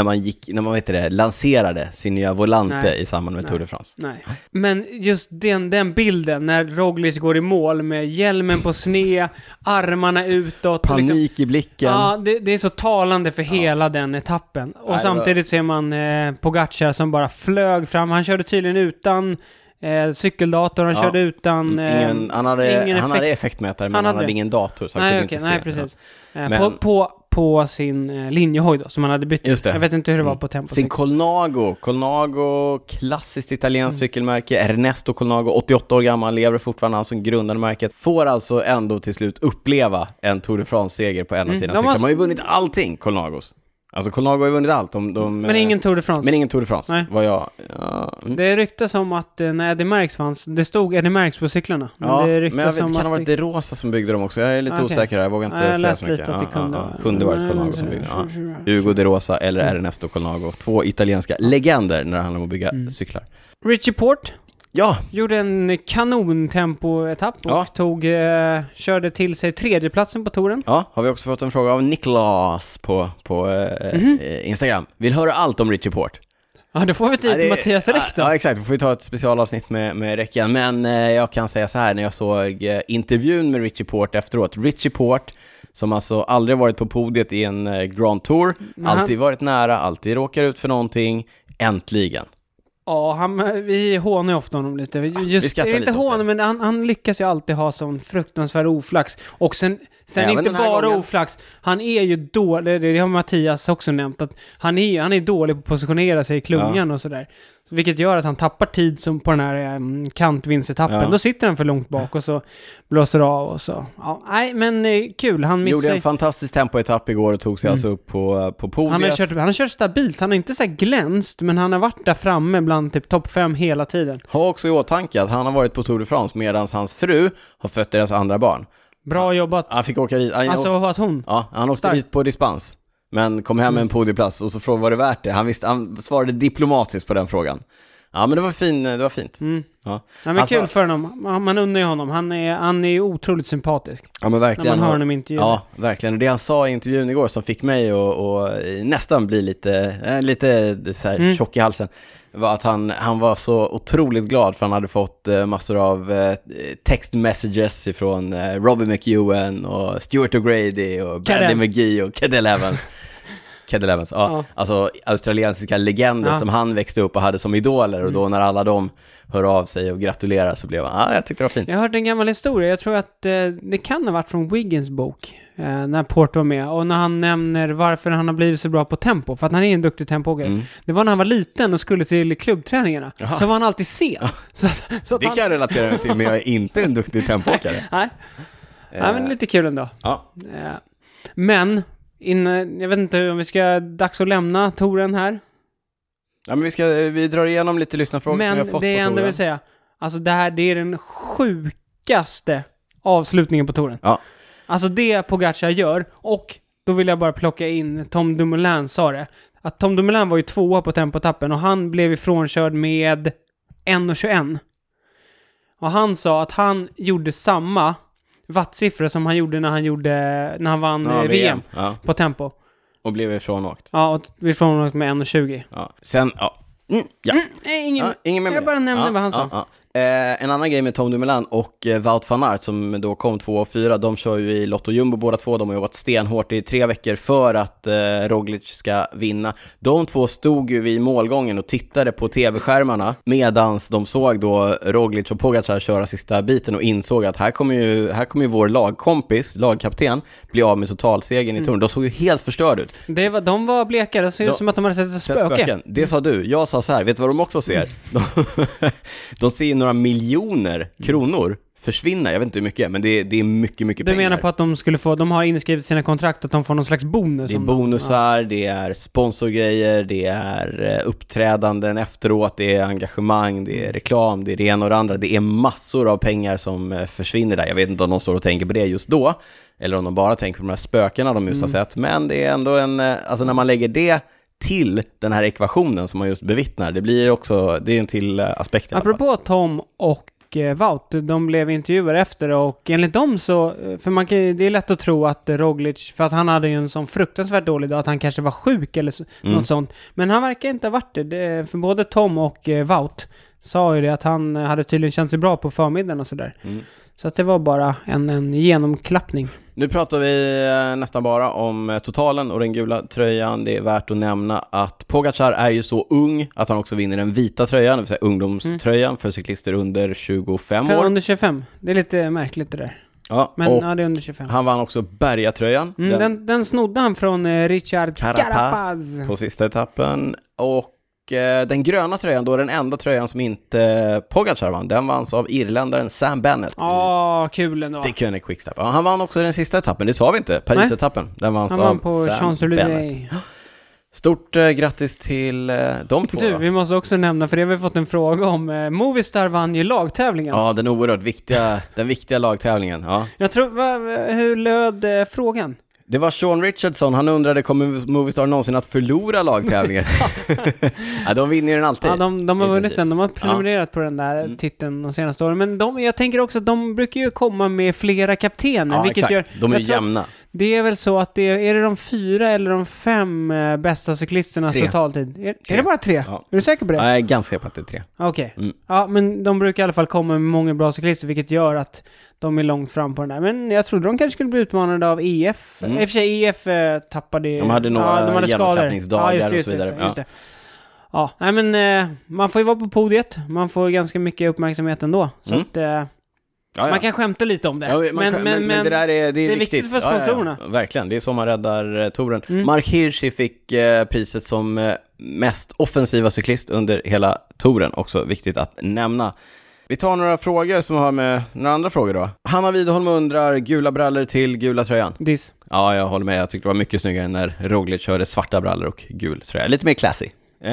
lanserade sin nya Volante i samband med Tour de France. Nej. Men just den bilden när Roglic går i mål med hjälmen på sned, armarna utåt. Panik liksom, i blicken. Ja, det är så talande för hela den etappen. Och Nej, samtidigt ser man Pogacar som bara flög fram. Han körde tydligen utan cykeldator, han körde utan han hade effektmätare, men han hade ingen dator så han kunde inte se. Precis. Men, på sin linjehoj då, som han hade bytt. Just det. Jag vet inte hur det var på tempo. Sin Colnago, klassiskt italienskt cykelmärke. Ernesto Colnago, 88 år gammal, lever fortfarande, han som grundade märket. Får alltså ändå till slut uppleva en Tour de France-seger på en av sina cyklar. De har ju vunnit allting, Colnagos. Alltså Colnago har ju vunnit allt. Men ingen Tour de France. Men ingen Tour de France. Nej. Det ryktas om att när Eddie Merckx fanns, det stod Eddie Merckx på cyklarna. Men det men jag vet, kan ha varit det Rosa som byggde dem också. Jag är lite osäker här, jag vågar inte säga så mycket. Kunde varit Colnago som byggde. Hugo de Rosa eller Ernesto Colnago. 2 italienska legender när det handlar om att bygga cyklar. Richie Porte. Ja. Gjorde en kanontempoetapp och körde till sig 3:e platsen på touren. Ja, har vi också fått en fråga av Niklas på Instagram. Vill höra allt om Richie Porte. Ja, då får vi till Mattias Räck då. Ja, exakt. Då får vi ta ett specialavsnitt med Räcken. Men jag kan säga så här, när jag såg intervjun med Richie Porte efteråt. Richie Porte, som alltså aldrig varit på podiet i en Grand Tour. Alltid varit nära, alltid råkar ut för någonting. Äntligen. Ja, vi hånar ju ofta honom lite. Just, vi inte hånar, men han lyckas ju alltid ha sån fruktansvärd oflax. Och sen inte bara oflax. Han är ju dålig, det har Mattias också nämnt, att han är dålig på att positionera sig i klungan och sådär. Så vilket gör att han tappar tid som på den här kantvinstetappen. Ja. Då sitter han för långt bak och så blåser av och så. Ja, nej, men kul. Han gjorde en fantastisk tempoetapp igår och tog sig alltså upp på podiet. Han har kört stabilt. Han har inte så här glänst, men han har varit där framme bland typ topp 5 hela tiden. Har också i åtanke att han har varit på Tour de France medan hans fru har fött deras andra barn. Bra jobbat. Han fick åka dit. Att hon? Ja, han åkte dit på dispens. Men kom hem med en podieplats och så frågade var det värt det. Han svarade diplomatiskt på den frågan. Ja, men det var fint. Ja, men kul för honom. Man undrar ju honom. Han är ju otroligt sympatisk. Ja, men verkligen. När man hör honom i intervjun. Ja, verkligen. Och det han sa i intervjun igår som fick mig att nästan bli lite så här tjock i halsen, var att han var så otroligt glad för han hade fått massor av text messages ifrån Robbie McEwen och Stuart O'Grady och Bradley McGee och Cadel Evans. Alltså australiensiska legender som han växte upp och hade som idoler, och då när alla de hör av sig och gratulerar så blev han, jag tyckte det var fint. Jag hörde en gammal historia, jag tror att det kan ha varit från Wiggins bok när Porte var med, och när han nämner varför han har blivit så bra på tempo, för att han är en duktig tempoåkare. Det var när han var liten och skulle till klubbträningarna. Jaha. Så var han alltid sen. Så det kan jag relatera till, men jag är inte en duktig tempoåkare. Nej, men lite kul ändå. Ja. Men jag vet inte om vi ska dags att lämna touren här. Ja, men vi drar igenom lite lyssnarfrågor som vi har fått på touren. Men det enda vill säga, alltså det är den sjukaste avslutningen på touren. Ja. Alltså det Pogacar gör, och då vill jag bara plocka in Tom Dumoulin sa det. Att Tom Dumoulin var ju 2 på tempotappen och han blev ifrånkörd med 1:21. Och han sa att han gjorde samma wattsiffror som han gjorde när han vann VM på tempo. Och blev ifrånåkt. Ja, och blev ifrånåkt med 1:20. Ja. Sen, ingen jag bara nämnde vad han sa. En annan grej med Tom Dumoulin och Wout van Aert som då kom 2 och 4, de kör ju i Lotto Jumbo båda två, de har jobbat stenhårt i 3 veckor för att Roglic ska vinna. De två stod ju vid målgången och tittade på tv-skärmarna medans de såg då Roglic och Pogačar köra sista biten och insåg att här kommer ju vår lagkapten bli av med totalsegern i touren. De såg ju helt förstörd ut. De var blekare, det ser ut som att de hade sett spöken. Det sa du, jag sa så här, vet du vad de också ser? De ser några miljoner kronor försvinna, jag vet inte hur mycket, men det är mycket pengar. Du menar på att de har inskrivet sina kontrakt att de får någon slags bonus? Det är bonusar, det är sponsorgrejer, det är uppträdanden efteråt, det är engagemang, det är reklam, det är det ena och det andra. Det är massor av pengar som försvinner där. Jag vet inte om de står och tänker på det just då, eller om de bara tänker på de här spökena de just har sett, men det är ändå alltså när man lägger det till den här ekvationen som man just bevittnar, det är en till aspekt. Apropå Tom och Wout, de blev intervjuer efter och enligt dem så, för det är lätt att tro att Roglic, för att han hade ju en sån fruktansvärt dålig dag, att han kanske var sjuk eller något sånt, men han verkar inte ha varit det, för både Tom och Wout sa ju det, att han hade tydligen känt sig bra på förmiddagen och sådär. Så att det var bara en genomklappning. Nu pratar vi nästan bara om totalen och den gula tröjan. Det är värt att nämna att Pogačar är ju så ung att han också vinner den vita tröjan, det vill säga ungdomströjan för cyklister under 25 år. För under 25, det är lite märkligt det där. Ja, men ja, det är under 25. Han vann också Bergatröjan. Den snodde han från Richard Carapaz på sista etappen. Och den gröna tröjan, då den enda tröjan som inte Pogačar vann, den vanns av irländaren Sam Bennett. Kul ändå. Det kunde Quickstep. Ja, han vann också den sista etappen, det sa vi inte. Paris-etappen. Den vanns han vann av på Sam Bennett. Stort grattis till de två. Du, vi måste också nämna, för det har vi fått en fråga om. Movistar vann ju lagtävlingen. Ja, den oerhört viktiga lagtävlingen. Ja. Jag tror, hur löd frågan? Det var Sean Richardson, han undrade, kommer Movistar någonsin att förlora lagtävlingen? Ja, de vinner den alltid. Ja, de har vunnit den, de har prenumererat på den där titeln de senaste åren. Men jag tänker också att de brukar ju komma med flera kaptener. Ja, vilket exakt. De är jämna. Det är väl så att är det de 4 eller de 5 bästa cyklisternas totaltid? Är det bara 3? Ja. Är du säker på det? Jag är ganska säker på att det är 3. Okej. Ja, men de brukar i alla fall komma med många bra cyklister, vilket gör att de är långt fram på den där. Men jag trodde de kanske skulle bli utmanade av EF. I och för sig, EF tappade... De hade några genomklappningsdagar och så vidare. Just det. Ja, nej men man får ju vara på podiet. Man får ganska mycket uppmärksamhet ändå. Så att... Man kan skämta lite om det. Ja, men det där är viktigt för sponsorerna. Ja, verkligen, det är så man räddar touren. Mark Hirschi fick priset som mest offensiva cyklist under hela touren. Också viktigt att nämna. Vi tar några frågor som har med några andra frågor då. Hanna Widerholm undrar, gula brallor till gula tröjan. Diss. Ja, jag håller med. Jag tyckte det var mycket snyggare när Roglic körde svarta brallor och gul tröja. Lite mer classy.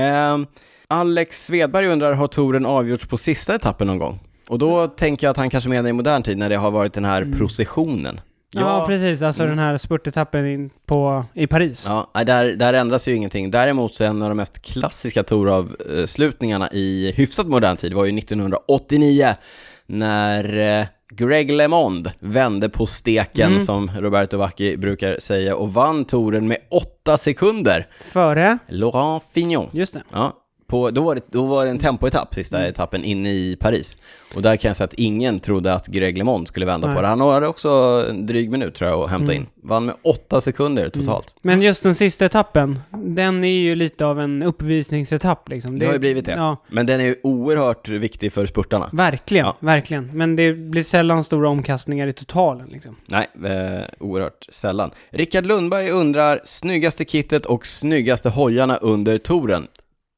Alex Svedberg undrar, har touren avgjorts på sista etappen någon gång? Och då tänker jag att han kanske menar i modern tid när det har varit den här processionen. Ja, precis. Alltså den här spurtetappen i Paris. Ja, där ändras ju ingenting. Däremot så en av de mest klassiska touravslutningarna i hyfsat modern tid var ju 1989 när Greg LeMond vände på steken, som Roberto Vacchi brukar säga, och vann touren med 8 sekunder. Före? Laurent Fignon. Just det. Ja. Då var det en tempoetapp, sista etappen inne i Paris. Och där kan jag säga att ingen trodde att Greg LeMond skulle vända på det. Han hade också en dryg minut tror jag att hämta in. Vann med 8 sekunder totalt. Men just den sista etappen, den är ju lite av en uppvisningsetapp liksom. Det har ju blivit det. Ja. Men den är ju oerhört viktig för spurtarna. Verkligen. Men det blir sällan stora omkastningar i totalen liksom. Nej, oerhört sällan. Rickard Lundberg undrar, snyggaste kittet och snyggaste hojarna under touren.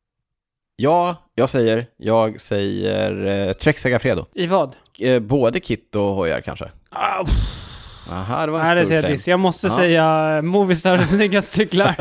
Ja, jag säger Trek Segafredo. I vad? Både kit och hojar kanske. Aha, det var en stor kläm. Jag måste säga Movistar snyggaste cyklar.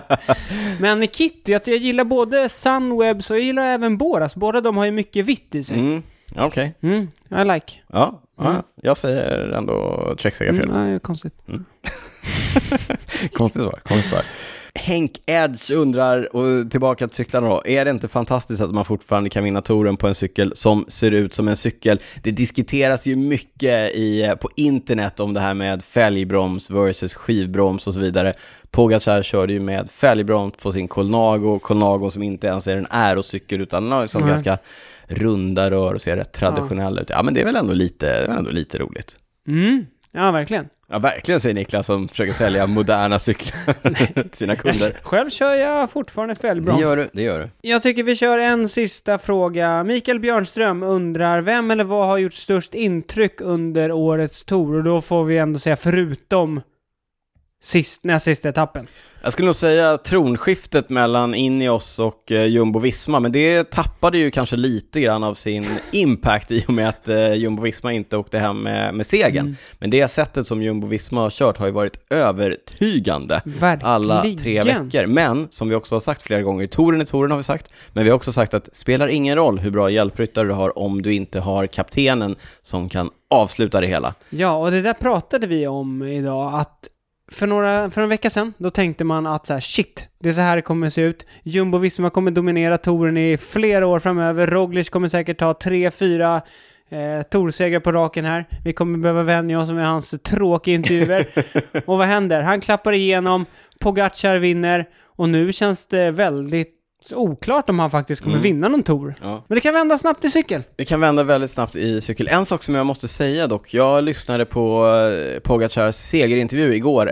Men kit, jag gillar både Sunwebs och jag gillar även Boras. Båda de har ju mycket vitt i sig. Okej. I like. Ja, jag säger ändå Trek Segafredo. Nej, konstigt. Konstigt svar. Henk Edge undrar, och tillbaka till cyklarna då, är det inte fantastiskt att man fortfarande kan vinna touren på en cykel som ser ut som en cykel? Det diskuteras ju mycket på internet om det här med fälgbroms versus skivbroms och så vidare. Pogacar körde ju med fälgbroms på sin Colnago som inte ens är en aerocykel utan en liksom ganska runda rör och ser rätt traditionell ut. Ja, men det är väl ändå lite roligt. Ja, verkligen. Ja, verkligen, säger Niklas som försöker sälja moderna cyklar till sina kunder. Själv kör jag fortfarande fälgbroms. Det gör du. Jag tycker vi kör en sista fråga. Mikael Björnström undrar, vem eller vad har gjort störst intryck under årets tour? Och då får vi ändå säga förutom näst sista etappen. Jag skulle nog säga tronskiftet mellan Ineos och Jumbo-Visma, men det tappade ju kanske lite grann av sin impact i och med att Jumbo-Visma inte åkte hem med segern. Men det sättet som Jumbo-Visma har kört har ju varit övertygande. Verkligen. Alla 3 veckor. Men som vi också har sagt flera gånger, touren har vi sagt, men vi har också sagt att det spelar ingen roll hur bra hjälpryttare du har om du inte har kaptenen som kan avsluta det hela. Ja, och det där pratade vi om idag, att för en vecka sedan, då tänkte man att så här, shit, det är så här det kommer se ut. Jumbo-Visma kommer dominera touren i flera år framöver. Roglic kommer säkert ta 3-4 toursegrar på raken här. Vi kommer behöva vänja oss med hans tråkiga intervjuer. Och vad händer? Han klappar igenom, Pogacar vinner, och nu känns det väldigt oklart om han faktiskt kommer vinna någon tour. Ja. Men det kan vända snabbt i cykel. Det kan vända väldigt snabbt i cykel. En sak som jag måste säga dock, jag lyssnade på Pogacars segerintervju igår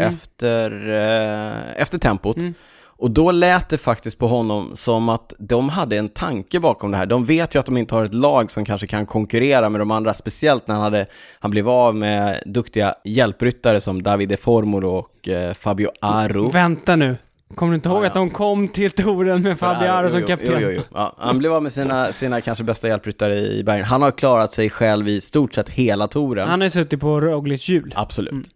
efter tempot. Och då lät det faktiskt på honom som att de hade en tanke bakom det här. De vet ju att de inte har ett lag som kanske kan konkurrera med de andra, speciellt när han blev av med duktiga hjälpryttare som Davide Formolo och Fabio Aru. Vänta nu. Kommer du inte ihåg att de kom till touren med Fabio Aru som kapten? Jo. Ja, han blev av med sina kanske bästa hjälpryttare i bergen. Han har klarat sig själv i stort sett hela touren. Han har suttit på Roglic hjul. Absolut.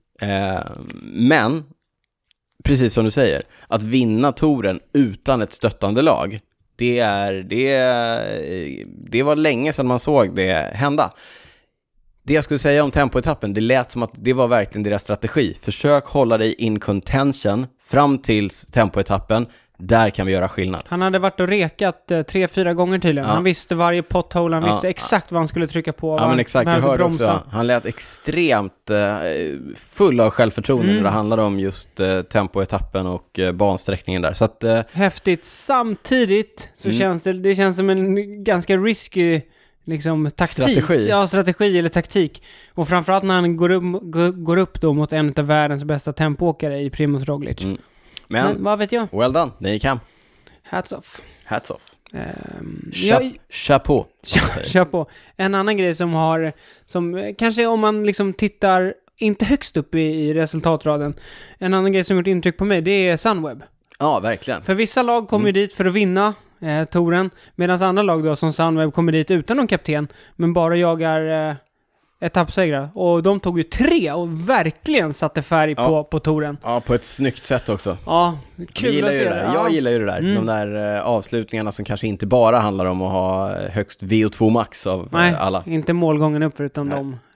Men, precis som du säger, att vinna touren utan ett stöttande lag, det var länge sedan man såg det hända. Det jag skulle säga om tempoetappen, det lät som att det var verkligen deras strategi. Försök hålla dig in contention fram tills tempoetappen. Där kan vi göra skillnad. Han hade varit och rekat 3-4 gånger tydligen. Ja. Han visste varje pothole, han visste exakt vad han skulle trycka på. Ja, men exakt, jag hörde också. Han lät extremt full av självförtroende när det handlade om just tempoetappen och bansträckningen där. Så att, häftigt. Samtidigt så känns det som en ganska risky liksom strategi eller taktik. Och framförallt när han går upp då mot en av världens bästa tempoåkare i Primož Roglic. Men vad vet jag? Well done, ni kan. Hats off. Chapeau. Chapeau. En annan grej som kanske om man liksom tittar inte högst upp i resultatraden, en annan grej som gjort intryck på mig, det är Sunweb. Ja, verkligen. För vissa lag kommer ju dit för att vinna touren, medan andra lag då som Sunweb kommer dit utan någon kapten men bara jagar etappsegrar. Och de tog ju 3 och verkligen satte färg på touren. Ja, på ett snyggt sätt också. Ja, kul att se det. Jag gillar ju det där. De där avslutningarna som kanske inte bara handlar om att ha högst VO2 max av alla. Nej, inte målgången upp utan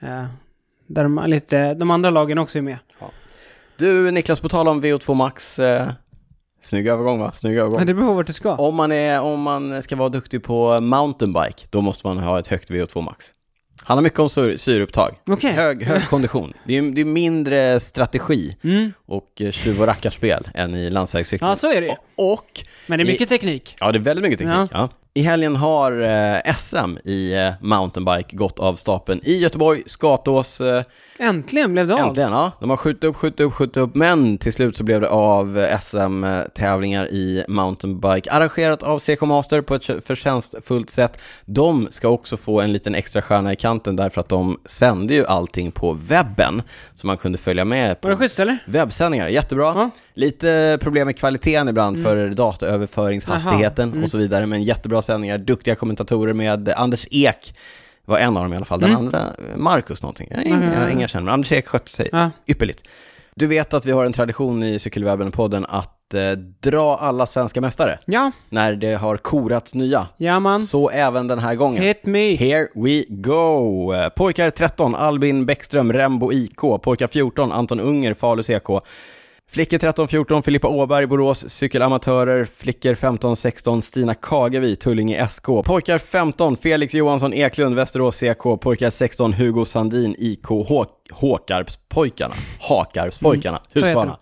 de andra lagen också är med. Ja. Du Niklas, på tal om VO2 max, snygg övergång va? Men det beror på vart det ska. Om man ska vara duktig på mountainbike, då måste man ha ett högt VO2 max. Han har mycket om syreupptag. Okay. Hög kondition. Det är mindre strategi och tjuv- och rackarspel än i landsvägscykling. Ja, så är det. Men det är mycket teknik. Ja, det är väldigt mycket teknik. Ja. I helgen har SM i mountainbike gått av stapeln i Göteborg, Skatås. Äntligen blev det av. Äntligen, ja. De har skjutit upp, men till slut så blev det av SM-tävlingar i mountainbike. Arrangerat av CK Master på ett förtjänstfullt sätt. De ska också få en liten extra stjärna i kanten därför att de sände ju allting på webben. Så man kunde följa med på. Var det schysst eller? Webbsändningar, jättebra. Ja. Lite problem med kvaliteten ibland för dataöverföringshastigheten och så vidare, men jättebra sändningar, duktiga kommentatorer med Anders Ek var en av dem i alla fall, den andra Marcus någonting, ingen känner, men Anders Ek skötte sig ypperligt. Du vet att vi har en tradition i Cykelwebben-podden att dra alla svenska mästare när det har korats nya. Ja, man. Så även den här gången. Hit me. Here we go. Pojkar 13, Albin Bäckström, Rembo IK. Pojkar 14, Anton Unger, Falu CK. Flickor 13-14, Filippa Åberg, Borås, cykelamatörer. Flickor 15-16, Stina Kagevi, Tullinge SK. Pojkar 15, Felix Johansson Eklund, Västerås CK. Pojkar 16, Hugo Sandin, IK Hakarpspojkarna. Husqvarna.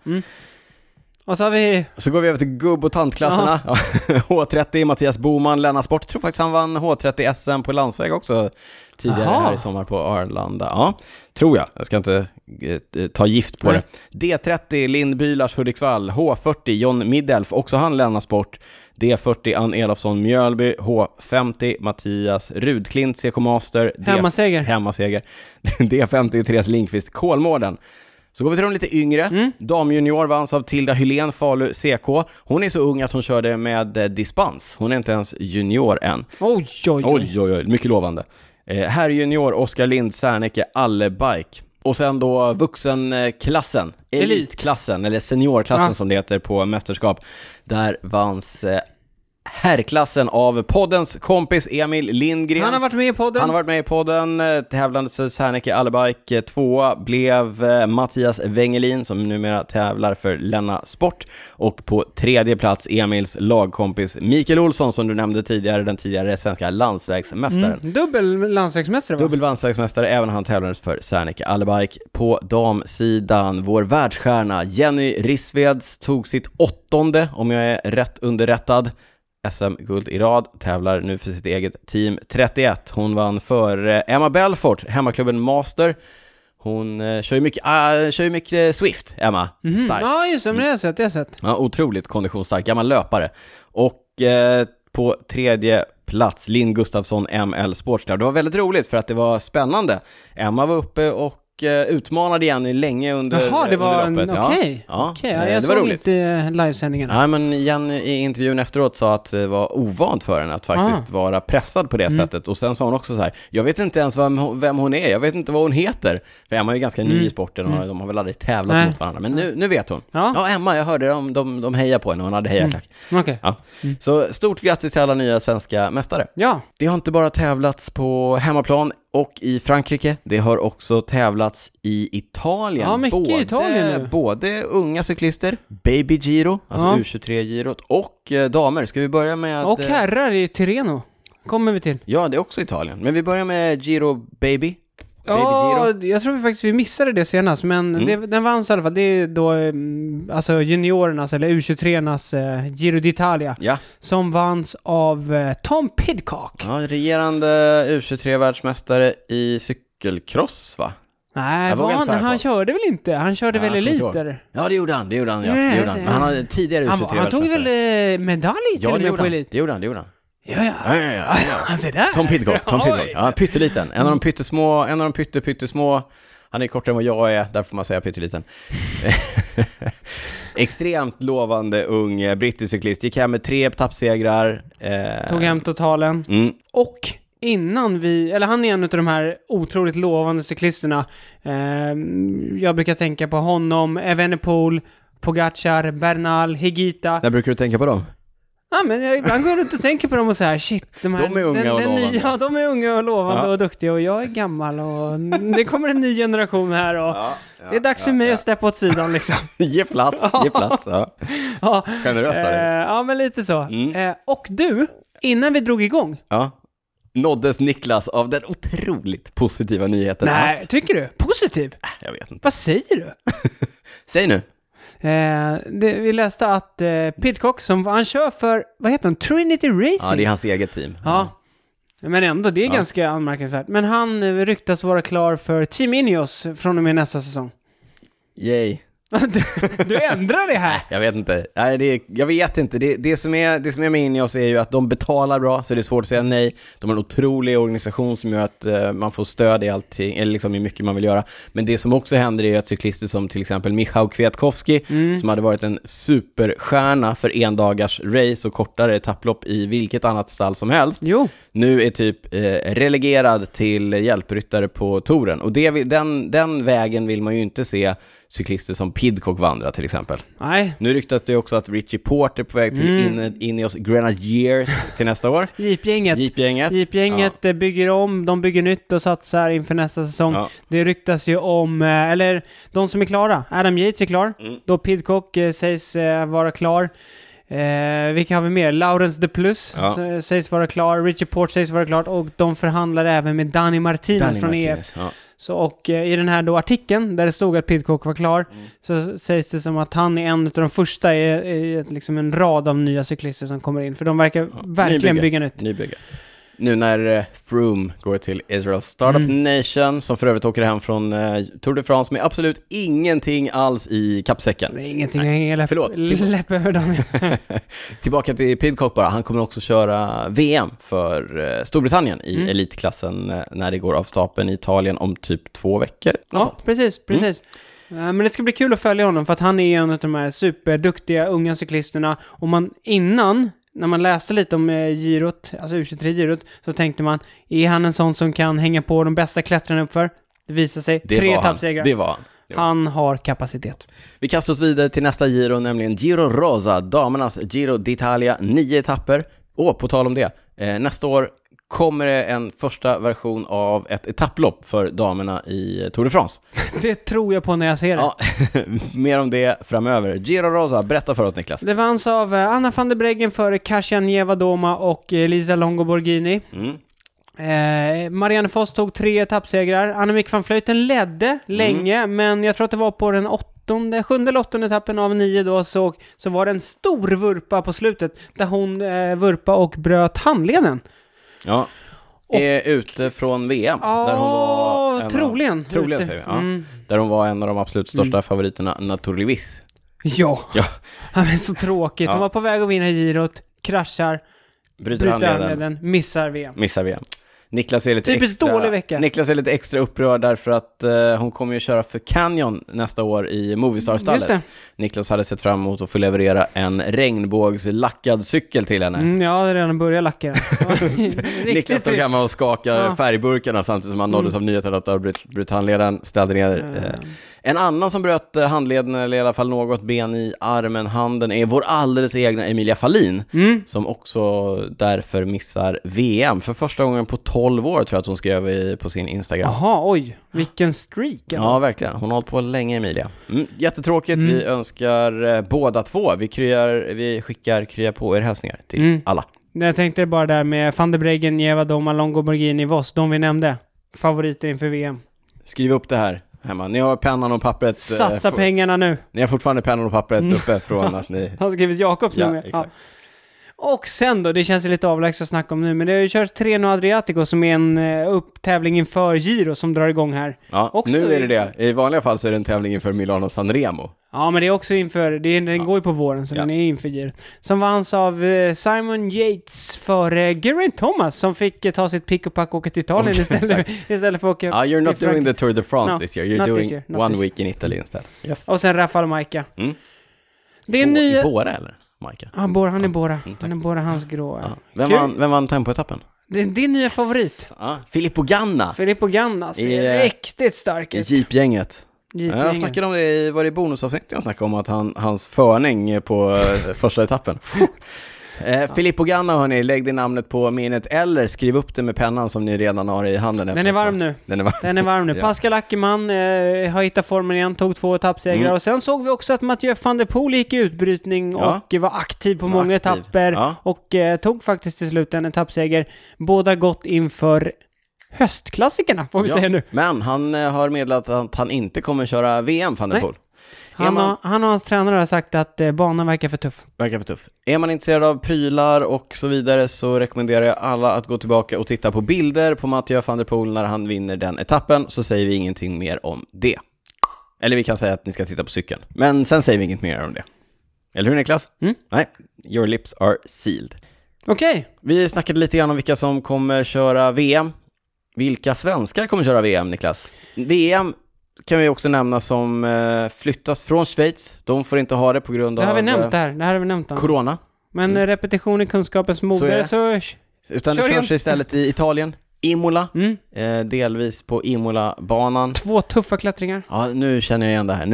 Och så har vi... Så går vi över till gubb- och tantklasserna. H30, Mattias Boman, Lennart Sport. Jag tror faktiskt han vann H30 SM på landsväg också tidigare här i sommar på Arlanda. Ja, tror jag. Jag ska inte ta gift på det. D30, Lindby, Lars Hudiksvall. H40, John Middelf, också han Lennart Sport. D40, Ann Elofsson Mjölby. H50, Mattias Rudklint, CK Master. Hemmaseger. D50, Therese Lindqvist, Kolmården. Så går vi till de lite yngre. Damjunior vanns av Tilda Hylén, Falu CK. Hon är så ung att hon körde med dispens. Hon är inte ens junior än. Oj, mycket lovande. Herr junior, Oskar Lind, Särnäcke, Allebike. Och sen då vuxenklassen, elitklassen eller seniorklassen som det heter på mästerskap. Där vanns herrklassen av poddens kompis Emil Lindgren. Han har varit med i podden. Tävlandes Särnäcke Allebike. 2 blev Mattias Wengelin som numera tävlar för Länna Sport. Och på 3:e plats Emils lagkompis Mikael Olsson som du nämnde tidigare, den tidigare svenska landsvägsmästaren. Dubbel landsvägsmästare, va? Dubbel landsvägsmästare, även han tävlades för Särnäcke Allebike. På damsidan, vår världsstjärna Jenny Rissveds tog sitt 8:e, om jag är rätt underrättad, SM-guld i rad, tävlar nu för sitt eget team 31. Hon vann för Emma Belfort, hemmaklubben Master. Hon kör ju mycket Swift, Emma. Stark. Ja, just det, men det har jag sett. Ja, otroligt konditionsstark, gammal löpare. Och på 3:e plats Linn Gustafsson, ML Sportsklar. Det var väldigt roligt för att det var spännande. Emma var uppe och utmanade igen länge under Jaha, det var loppet. Okej. Jag såg inte livesändningarna. Nej, men Jen i intervjun efteråt sa att det var ovant för henne att faktiskt vara pressad på det sättet. Och sen sa hon också så här: jag vet inte ens vem hon är, jag vet inte vad hon heter. För Emma är ju ganska ny i sporten och de har väl aldrig tävlat mot varandra. Men nu vet hon. Ja, Emma, jag hörde de hejar på henne och hon hade hejaklack. Så stort grattis till alla nya svenska mästare. Ja. Det har inte bara tävlats på hemmaplan och i Frankrike. Det har också tävlats i Italien. Ja, mycket i Italien nu. Både unga cyklister, Baby Giro, alltså U23-girot, och damer. Ska vi börja med... Och herrar i Tirreno kommer vi till. Ja, det är också Italien. Men vi börjar med Giro Baby. Ja, jag tror vi missade det senast, men den vanns i alla fall. Det är då alltså juniorernas eller U23-ernas Giro d'Italia som vanns av Tom Pidcock. Ja, regerande U23-världsmästare i cykelcross, va? Nej, han körde väl inte? Han körde väl eliter? Ja, det gjorde han. Men han hade tidigare U23-världsmästare. Han tog väl medalj till och med på elit? Det gjorde han. Ja. Han ser där. Tom Pidcock. Ja, pytteliten. En av de pyttesmå. Han är kortare än vad jag är, därför får man säga pytteliten. Extremt lovande ung brittisk cyklist. Gick hem med 3 etappsegrar. Tog hem totalen. Och innan han är en av de här otroligt lovande cyklisterna. Jag brukar tänka på honom, Evenepoel, Pogacar, Bernal, Higita. När brukar du tänka på dem? Ja, men ibland går jag runt och tänker på dem och så här, shit, de är unga och lovande. Ja, de är unga och lovande och duktiga och jag är gammal och det kommer en ny generation här och det är dags för mig att steppa åt sidan liksom. Ge plats. Ja. Generöst där. Ja, men lite så. Och du, innan vi drog igång. Ja. Nåddes Niklas av den otroligt positiva nyheten. Nej, tycker du? Positiv? Jag vet inte. Vad säger du? Säg nu. Vi läste att Pidcock, han kör för, vad heter han? Trinity Racing. Ja, det är hans eget team. Ja. Men ändå, det är ganska anmärkningsvärt. Men han ryktas vara klar för Team Ineos från och med nästa säsong. Yay. Du ändrar det här. Jag vet inte. Jag vet inte. Det som är med Ineos är ju att de betalar bra, så det är svårt att säga nej. De har en otrolig organisation som gör att man får stöd i allting, eller liksom i mycket man vill göra. Men det som också händer är att cyklister som till exempel Michał Kwiatkowski, som hade varit en superstjärna för endagars race och kortare etapplopp i vilket annat stall som helst, nu är typ relegerad till hjälpryttare på touren. Och den vägen vill man ju inte se cyklister som Pidcock vandrar till exempel. Nej. Nu ryktas det också att Richie Porte är på väg till Ineos Grenadiers till nästa år. Jeepgänget bygger om, de bygger nytt och satsar inför nästa säsong. Ja. Det ryktas ju om, eller de som är klara. Adam Yates är klar, då Pidcock sägs vara klar. Vilka har vi mer? Laurens de Plus sägs vara klar, Richie Porte sägs vara klart, och de förhandlar även med Dani Martinez från EF. Ja. Så, och i den här då artikeln där det stod att Pidcock var klar, så sägs det som att han är en av de första i liksom en rad av nya cyklister som kommer in, för de verkar verkligen bygga nytt. Nybygga. Nu när Froome går till Israel Startup Nation, som för övrigt åker hem från Tour de France med absolut ingenting alls i kappsäcken. Det är ingenting, läpp över dem. Tillbaka till Pidcock bara. Han kommer också köra VM för Storbritannien i elitklassen när det går av stapeln i Italien om typ 2 veckor. Ja, precis. Men det ska bli kul att följa honom, för att han är en av de här superduktiga unga cyklisterna. Och när man läste lite om girot, alltså U23-girot, så tänkte man, är han en sån som kan hänga på de bästa klättrarna uppför? Det visar sig, 3 etappsegrar. Det var han. Han har kapacitet. Vi kastar oss vidare till nästa Giro, nämligen Giro Rosa, damernas Giro d'Italia, 9 etapper. På tal om det, nästa år kommer det en första version av ett etapplopp för damerna i Tour de France. Det tror jag på när jag ser det. Ja, mer om det framöver. Giro Rosa, berätta för oss, Niklas. Det vanns av Anna van der Breggen för Kasia Nieva-Doma och Lisa Longo Borghini. Marianne Vos tog 3 etappsegrar. Annemiek van Vleuten ledde länge, men jag tror att det var på den 7:e eller 8:e etappen av 9 då, så var det en stor vurpa på slutet där hon vurpa och bröt handleden. Ja, är ute från VM. Där hon var troligen säger vi. Ja. Där hon var en av de absolut största favoriterna, naturligtvis. Ja. Men så tråkigt. Hon var på väg att vinna girot, kraschar, bryter handleden, missar VM. Niklas är lite extra upprörd därför att hon kommer ju köra för Canyon nästa år i Movistar-stallet. Niklas hade sett fram emot att få leverera en regnbågslackad cykel till henne. Ja, det redan börjat lacka. Niklas stod hemma och skakade färgburkarna samtidigt som han nåddes av nyheten att bröt handleden, ställde ner. En annan som bröt handleden, eller i alla fall något ben i armen, handen, är vår alldeles egna Emilia Fahlin, som också därför missar VM för första gången på 12 år, tror jag att hon skrev på sin Instagram. Jaha, oj, vilken streak. Ja, verkligen. Hon har hållit på länge, Emilia. Jättetråkigt, vi önskar båda två. Vi skickar krya på er hälsningar till alla. Jag tänkte bara där med van der Breggen, Nieva-Doma, Longo Borghini, Vos, de vi nämnde. Favoriter inför VM. Skriv upp det här hemma. Ni har pennan och pappret. Satsa pengarna nu. Ni har fortfarande pennan och pappret uppe från att ni... har skrivit Jakobs nummer. Ja. Och sen då, det känns ju lite avlägset att snacka om nu, men det har ju körts Treno Adriatico som är en upptävling inför Giro som drar igång här. Ja, också nu är det. I vanliga fall så är det en tävling inför Milano Sanremo. Ja, men det är också inför, den går ju på våren, så den är inför Giro. Som vanns av Simon Yates för Geraint Thomas, som fick ta sitt pick och pack och åka till Italien istället för att åka you're not doing the Tour de France this year. You're doing one week in Italy instead. Yes. Och sen Rafał Majka. Det är ny... Bora eller? Majka. Ja, han är Bora. Han är Bora, hans grå. Ja. Vem vann tempoetappen? Det är din nya favorit. Filippo Ganna. Filippo Ganna ser riktigt stark ut. I Jeep-gänget. Jag snackade om det, var det i bonusavsnittet jag snackade om att hans förning på första etappen. Filippo Ganna, hörni, lägg det namnet på minnet eller skriv upp det med pennan som ni redan har i handen. Den är varm nu. Den är varm nu. Pascal Ackermann har hittat formen igen, tog 2 etappsegrar och sen såg vi också att Mathieu van der Poel gick i utbrytning och var aktiv på många etapper och tog faktiskt till slut en etappseger. Båda gott inför höstklassikerna, får vi säga nu. Men han har meddelat att han inte kommer köra VM, van der Poel. Han och hans tränare har sagt att banan verkar för tuff. Är man intresserad av prylar och så vidare så rekommenderar jag alla att gå tillbaka och titta på bilder på Mathieu van der Poel när han vinner den etappen, så säger vi ingenting mer om det. Eller vi kan säga att ni ska titta på cykeln. Men sen säger vi inget mer om det. Eller hur, Niklas? Nej, your lips are sealed. Okej. Vi snackade lite grann om vilka som kommer köra VM. Vilka svenskar kommer köra VM, Niklas? VM kan vi också nämna som flyttas från Schweiz. De får inte ha det på grund av... Det här har vi nämnt. Corona. Men repetition i kunskapens moder så utan det körs istället i Italien. Imola, delvis på Imola-banan. 2 tuffa klättringar. Ja, nu känner jag igen det här.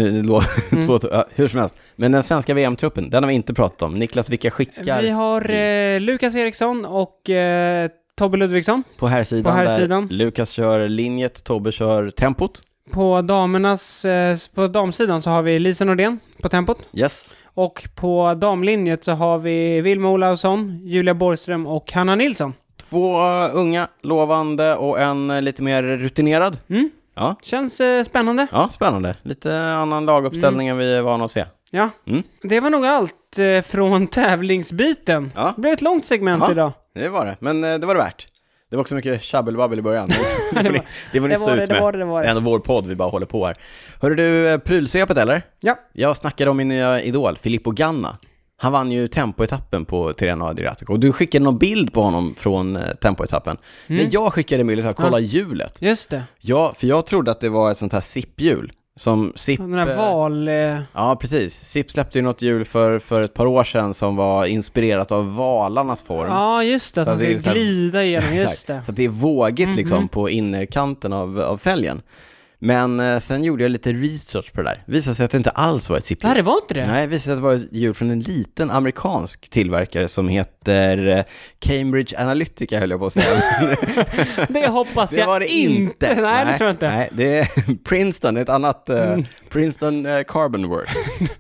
Hur som helst. Men den svenska VM-truppen, den har vi inte pratat om. Niklas, vilka skickar? Vi har Lukas Eriksson och Tobbe Ludvigsson. På här sidan. Lukas kör linjet, Tobbe kör tempot. På damsidan så har vi Lisa Nordén på tempot. Yes. Och på damlinjet så har vi Vilma Olausson, Julia Borgström och Hanna Nilsson. 2 unga, lovande och en lite mer rutinerad. Ja. Känns spännande. Ja, spännande. Lite annan laguppställning än vi är vana att se. Ja, det var nog allt från tävlingsbiten. Ja. Det blev ett långt segment idag. Det var det, men det var det värt. Det var också mycket tjabbelbabbel i början. Det var ni stå ut med. Det var det. Ändå vår podd, vi bara håller på här. Hörru du, prylsvepet eller? Ja. Jag snackade om min nya idol, Filippo Ganna. Han vann ju tempoetappen på Tirreno Adriatico. Och du skickade någon bild på honom från tempoetappen. Men jag skickade en bild och kolla hjulet. Just det. Ja, för jag trodde att det var ett sånt här SIP-hjul. Som SIP... Den här val... Ja, precis. SIP släppte ju något hjul för ett par år sedan som var inspirerat av valarnas form. Ja, just det. Att de ska glida igenom, just det. Så att det är vågigt liksom på innerkanten av fälgen. Men sen gjorde jag lite research på det där. Visade sig att det inte alls var ett SIP-hjul. Nej, det var inte det. Nej, visade sig att det var ett hjul från en liten amerikansk tillverkare som heter Cambridge Analytica, höll jag på att säga. Det hoppas jag. Det var det inte. Nej, det tror jag inte. Nej, det är Princeton, ett annat Princeton Carbon Works.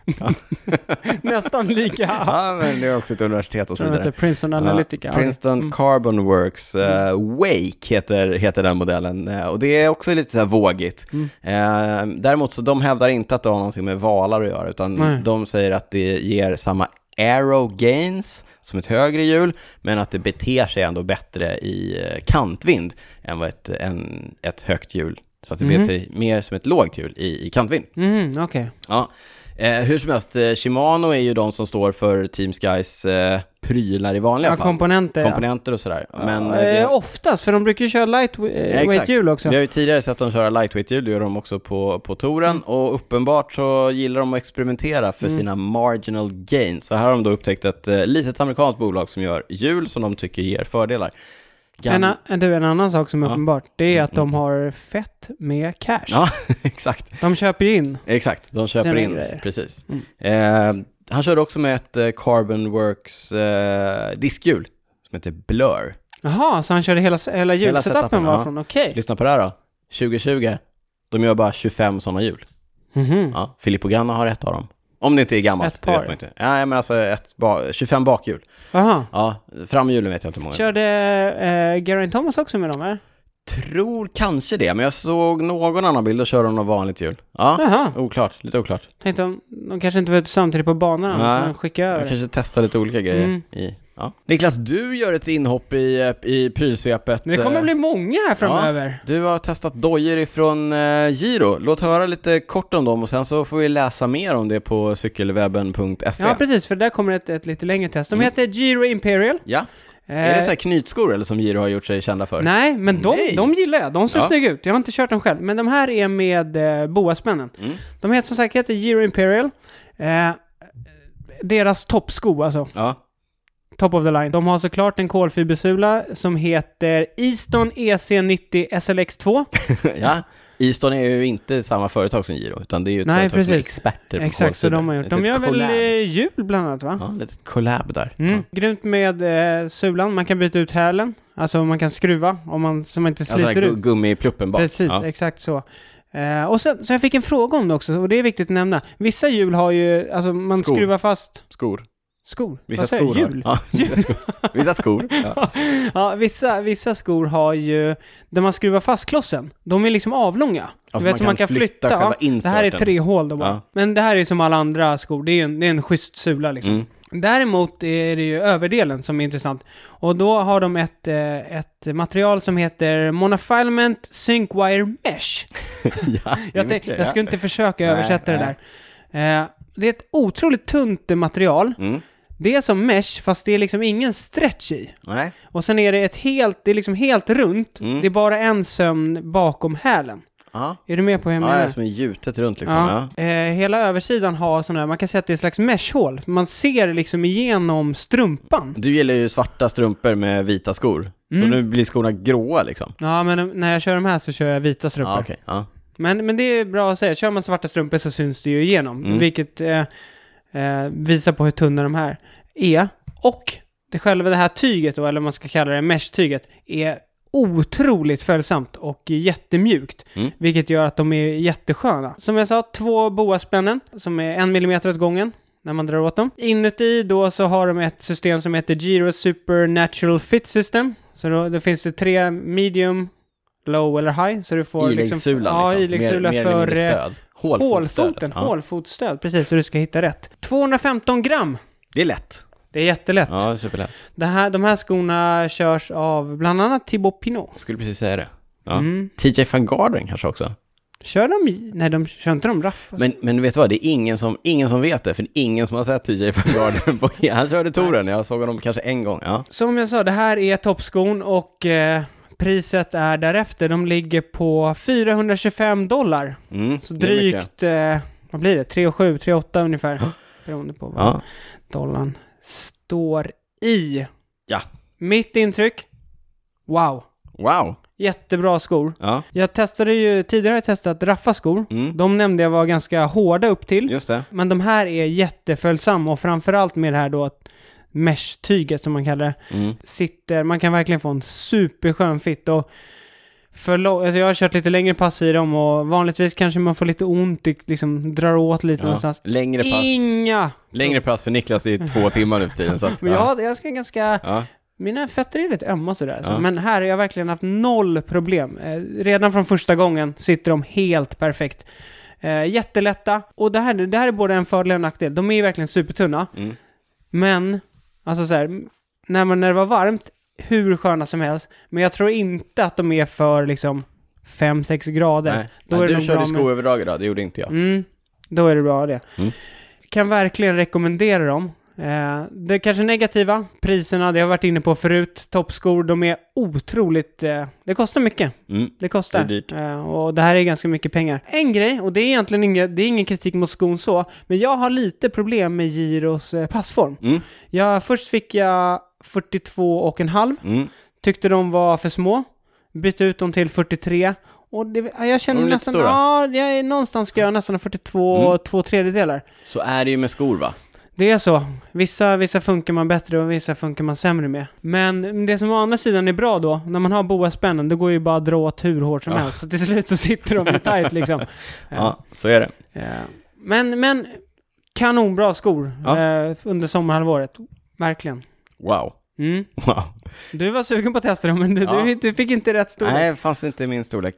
Nästan lika. Ja, men det är också ett universitet och så vidare. Princeton Analytica. Princeton Carbon Works Wake heter den modellen. Och det är också lite så här vågigt. Däremot så de hävdar inte att det har någonting med valar att göra, utan de säger att det ger samma aero gains som ett högre hjul, men att det beter sig ändå bättre i kantvind än vad ett högt hjul. Så att det beter sig mer som ett lågt hjul i kantvind. Okej. Ja. Hur som helst, Shimano är ju de som står för Team Skys prylar i vanliga fall. Komponenter och sådär. Men oftast, för de brukar ju köra lightweight-hjul också. Vi har ju tidigare sett dem köra lightweight-hjul, det gör de också på touren. Och uppenbart så gillar de att experimentera för sina marginal gains. Så här har de då upptäckt ett litet amerikanskt bolag som gör hjul som de tycker ger fördelar. En annan sak som är uppenbart, det är att de har fett med cash. Ja, exakt. De köper in. Exakt, de köper in, grejer. Precis. Han körde också med ett Carbon Works diskhjul som heter Blur. Jaha, så han körde hela hjulsetappen varifrån, okej. Lyssna på det här då. 2020, de gör bara 25 sådana hjul. Ja, Filippo Ganna har ett av dem. Om det inte är gammalt, ett par. Det vet man inte. Nej, men alltså 25 bakhjul. Aha. Ja, framhjulen vet jag inte hur många. Körde Geraint Thomas också med dem, eller? Tror kanske det, men jag såg någon annan bild och körde de något vanligt hjul. Ja, lite oklart. Tänkte de kanske inte var samtidigt på banan, så skicka över. Jag kanske testar lite olika grejer i. Ja. Niklas, du gör ett inhopp i prylsvepet. Det kommer bli många här framöver. Ja, du har testat dojor ifrån Giro. Låt höra lite kort om dem och sen så får vi läsa mer om det på cykelwebben.se. Ja, precis, för där kommer ett lite längre test. De heter Giro Imperial. Ja. Är det så här knytskor eller som Giro har gjort sig kända för? Nej, men de gillar jag. De ser snygga ut. Jag har inte kört dem själv. Men de här är med boaspännen. De heter som sagt Giro Imperial. Deras toppsko alltså. Ja. Top of the line. De har såklart en kolfibersula som heter Easton EC90 SLX2. Ja. Easton är ju inte samma företag som Giro, utan det är ju ett företag som är experter på exakt, så de har gjort. De gör väl hjul bland annat, va? Ja, lite collab där. Grymt med sulan. Man kan byta ut hälen. Alltså man kan skruva så man inte sliter ut. Gummi i pluppen bak. Precis, exakt så. Och så jag fick en fråga om det också, och det är viktigt att nämna. Vissa hjul har ju, alltså man skruvar fast... Skor. Vissa skor hjul. Ja, vissa skor. Ja. Ja, vissa skor har ju där man skruvar fast klossen. De är liksom avlånga. Alltså man kan flytta själva inserten. Det här är 3 hål då bara. Ja. Men det här är som alla andra skor. Det är en schysst sula liksom. Däremot är det ju överdelen som är intressant. Och då har de ett material som heter Monofilament Sync-Wire Mesh. Jag ska inte försöka översätta det där. Det är ett otroligt tunt material. Det är som mesh, fast det är liksom ingen stretch i. Nej. Och sen är det det är liksom helt runt. Det är bara en sömn bakom hälen. Ja. Är du med på hur jag menar? Ja, som är gjutet runt liksom. Ja. Hela översidan har sådana här, man kan säga att det är ett slags meshhål. Man ser liksom igenom strumpan. Du gillar ju svarta strumpor med vita skor. Så nu blir skorna gråa liksom. Ja, men när jag kör de här så kör jag vita strumpor. Ja, okay. Ja. Men det är bra att säga. Kör man svarta strumpor så syns det ju igenom. Vilket visar på hur tunna de här är. Och det här tyget då, eller man ska kalla det mesh-tyget, är otroligt följsamt och jättemjukt. Vilket gör att de är jättesköna. Som jag sa, 2 boaspännen som är 1 millimeter åt gången när man drar åt dem. Inuti då så har de ett system som heter Giro Super Natural Fit System. Så då finns det 3 medium, low eller high. Så du får iläggssulan iläggssula för stöd. Hålfoten. Hålfotstöd, precis, så du ska hitta rätt. 215 gram. Det är lätt. Det är jättelätt. Ja, superlätt. De här skorna körs av bland annat Thibaut Pinot. Skulle precis säga det. Ja. TJ van Garderen kanske också. Kör de? Nej, de kör inte de raff. Alltså. Men vet du vad? Det är ingen som vet det. För det är ingen som har sett TJ van Garderen. Han körde touren. Jag såg honom kanske en gång. Ja. Som jag sa, det här är toppskon och priset är därefter. De ligger på $425. Så drygt, vad blir det? 3,7, 3,8 ungefär. Beroende på vad dollarn står i. Ja. Mitt intryck? Wow. Jättebra skor. Ja. Jag testade ju tidigare testat raffa skor. De nämnde jag var ganska hårda upp till. Just det. Men de här är jätteföljsamma och framförallt med det här då mesh-tyget som man kallar det. Sitter, man kan verkligen få en superskön fit och alltså jag har kört lite längre pass i dem och vanligtvis kanske man får lite ont, liksom drar åt lite någonstans. Längre pass för Niklas i 2 timmar nu för tiden. Så att, men jag ska ganska... Ja. Mina fötter är lite ömma sådär. Så. Men här har jag verkligen haft 0 problem. Redan från första gången sitter de helt perfekt. Jättelätta. Och det här är både en fördel och en nackdel. De är ju verkligen supertunna. Men, alltså så här, när det var varmt, hur sköna som helst. Men jag tror inte att de är för liksom 5-6 grader. Nej. Då är du körde skoöverdrag idag, det gjorde inte jag. Då är det bra det. Kan verkligen rekommendera dem. Det kanske negativa, priserna, det har jag varit inne på förut. Toppskor, de är otroligt, det kostar mycket. Det kostar. Det är dyrt. Och det här är ganska mycket pengar. En grej, och det är egentligen det är ingen kritik mot skon så, men jag har lite problem med Giros passform. Först fick jag 42,5. Tyckte de var för små. Bytte ut dem till 43. Och jag känner nästan, någonstans ska jag nästan ha 42 och 2/3. Så är det ju med skor, va? Det är så. Vissa funkar man bättre och vissa funkar man sämre med. Men det som å andra sidan är bra då, när man har boaspännen, då går ju bara att dra åt hur hårt som helst. Så till slut så sitter de tight liksom. Ja, så är det. Men kanonbra skor under sommarhalvåret. Verkligen. Wow. Du var sugen på att testa dem, men du fick inte rätt storlek. Nej, fanns inte min storlek.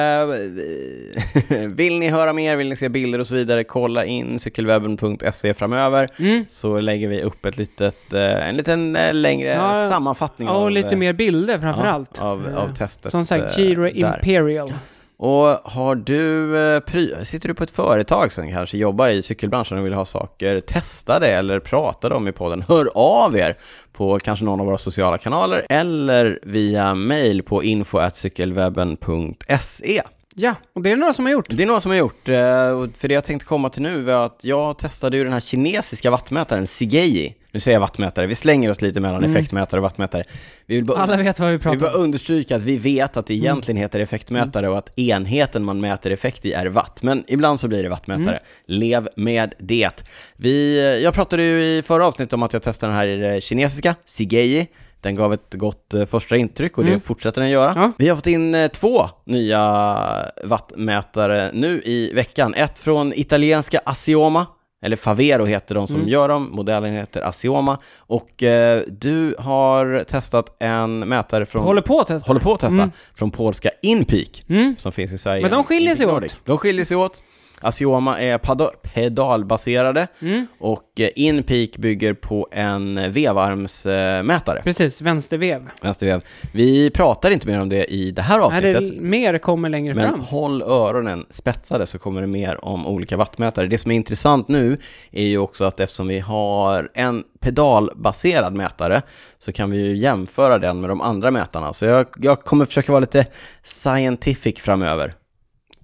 Vill ni höra mer, vill ni se bilder och så vidare, kolla in cykelwebben.se framöver. Så lägger vi upp en liten längre sammanfattning och lite mer bilder framförallt av testet. Som sagt, Giro Imperial. Och sitter du på ett företag som kanske jobbar i cykelbranschen och vill ha saker testade eller pratade om i podden, hör av er på kanske någon av våra sociala kanaler eller via mail på info@cykelwebben.se. Ja, och det är några som har gjort. Det är några som har gjort. För det jag tänkte komma till nu var att jag testade ju den här kinesiska wattmätaren Sigei. Nu säger jag wattmätare. Vi slänger oss lite mellan effektmätare och wattmätare. Alla vet vad vi pratar om. Vi vill bara understryka att vi vet att det egentligen heter effektmätare och att enheten man mäter effekt i är watt. Men ibland så blir det wattmätare. Lev med det. Jag pratade ju i förra avsnittet om att jag testade den här kinesiska Sigei. Den gav ett gott första intryck och det fortsätter den göra. Ja. Vi har fått in 2 nya wattmätare nu i veckan. Ett från italienska Assioma, eller Favero heter de som gör dem. Modellen heter Assioma. Och du har testat en mätare från... Håller på att testa. Från polska Inpeak som finns i Sverige. Men de skiljer sig åt. De skiljer sig åt. Assioma är pedalbaserade och Inpeak bygger på en vevarmsmätare. Precis, vänstervev. Vi pratar inte mer om det i det här avsnittet. Nej, mer kommer längre fram. Men håll öronen spetsade så kommer det mer om olika wattmätare. Det som är intressant nu är ju också att eftersom vi har en pedalbaserad mätare så kan vi ju jämföra den med de andra mätarna. Så jag kommer försöka vara lite scientific framöver.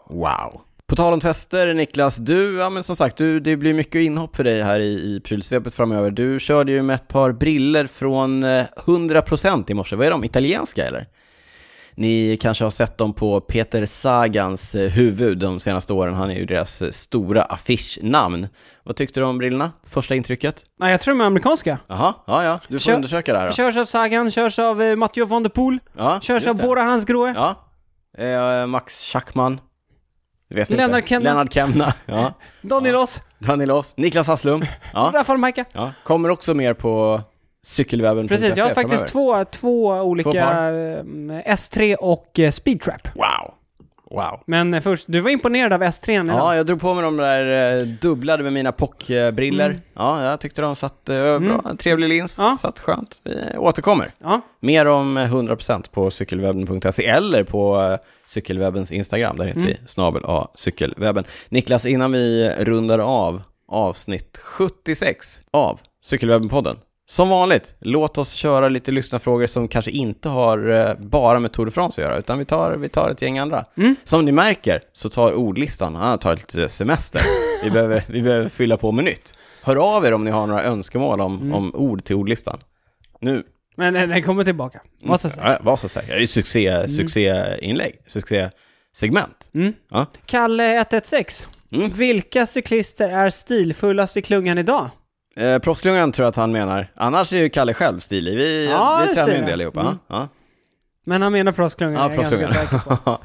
Wow. På tal om tester, Niklas, men som sagt, det blir mycket inhopp för dig här i prylsvepet framöver. Du körde ju med ett par briller från 100% i morse. Vad är de? Italienska eller? Ni kanske har sett dem på Peter Sagans huvud de senaste åren. Han är ju deras stora affischnamn. Vad tyckte du om brillorna? Första intrycket? Nej, jag tror de är amerikanska. Jaha, ja. Du får undersöka det här då. Körs av Sagan, körs av Mathieu van der Poel. Ja, körs av Bora Hansgrohe. Ja. Max Schackman. Lennart Kemna. Ja. Daniel Oss. Niklas Hasslum. Ja. Rafael Majka. Ja. Kommer också mer på cykelwebben. Precis, jag har faktiskt två olika S3 och Speedtrap. Wow. Men först, du var imponerad av S3. Ja, jag drog på mig de där dubblade med mina POC-briller. Ja, jag tyckte de satt bra. En trevlig lins. Satt skönt. Vi återkommer. Ja. Mer om 100% på cykelwebben.se eller på cykelwebbens Instagram. Där heter vi @cykelwebben. Niklas, innan vi rundar av avsnitt 76 av Cykelwebben-podden. Som vanligt, låt oss köra lite lyssnarfrågor som kanske inte har bara med Tour de France att göra, utan vi tar ett gäng andra. Som ni märker så tar ordlistan, han tar lite semester. Vi behöver fylla på med nytt. Hör av er om ni har några önskemål om ord till ordlistan. Nu. Men den kommer tillbaka. Vad så säkert. Vad så säkert. Det är ju succéinlägg, succésegment. Ja. Kalle 116. Vilka cyklister är stilfullast i klungan idag? Proffsklungan tror jag att han menar. Annars är ju Kalle själv stilig. Vi tränar ju en del allihopa. Ja. Men han menar proffsklungan, jag är ganska säker på.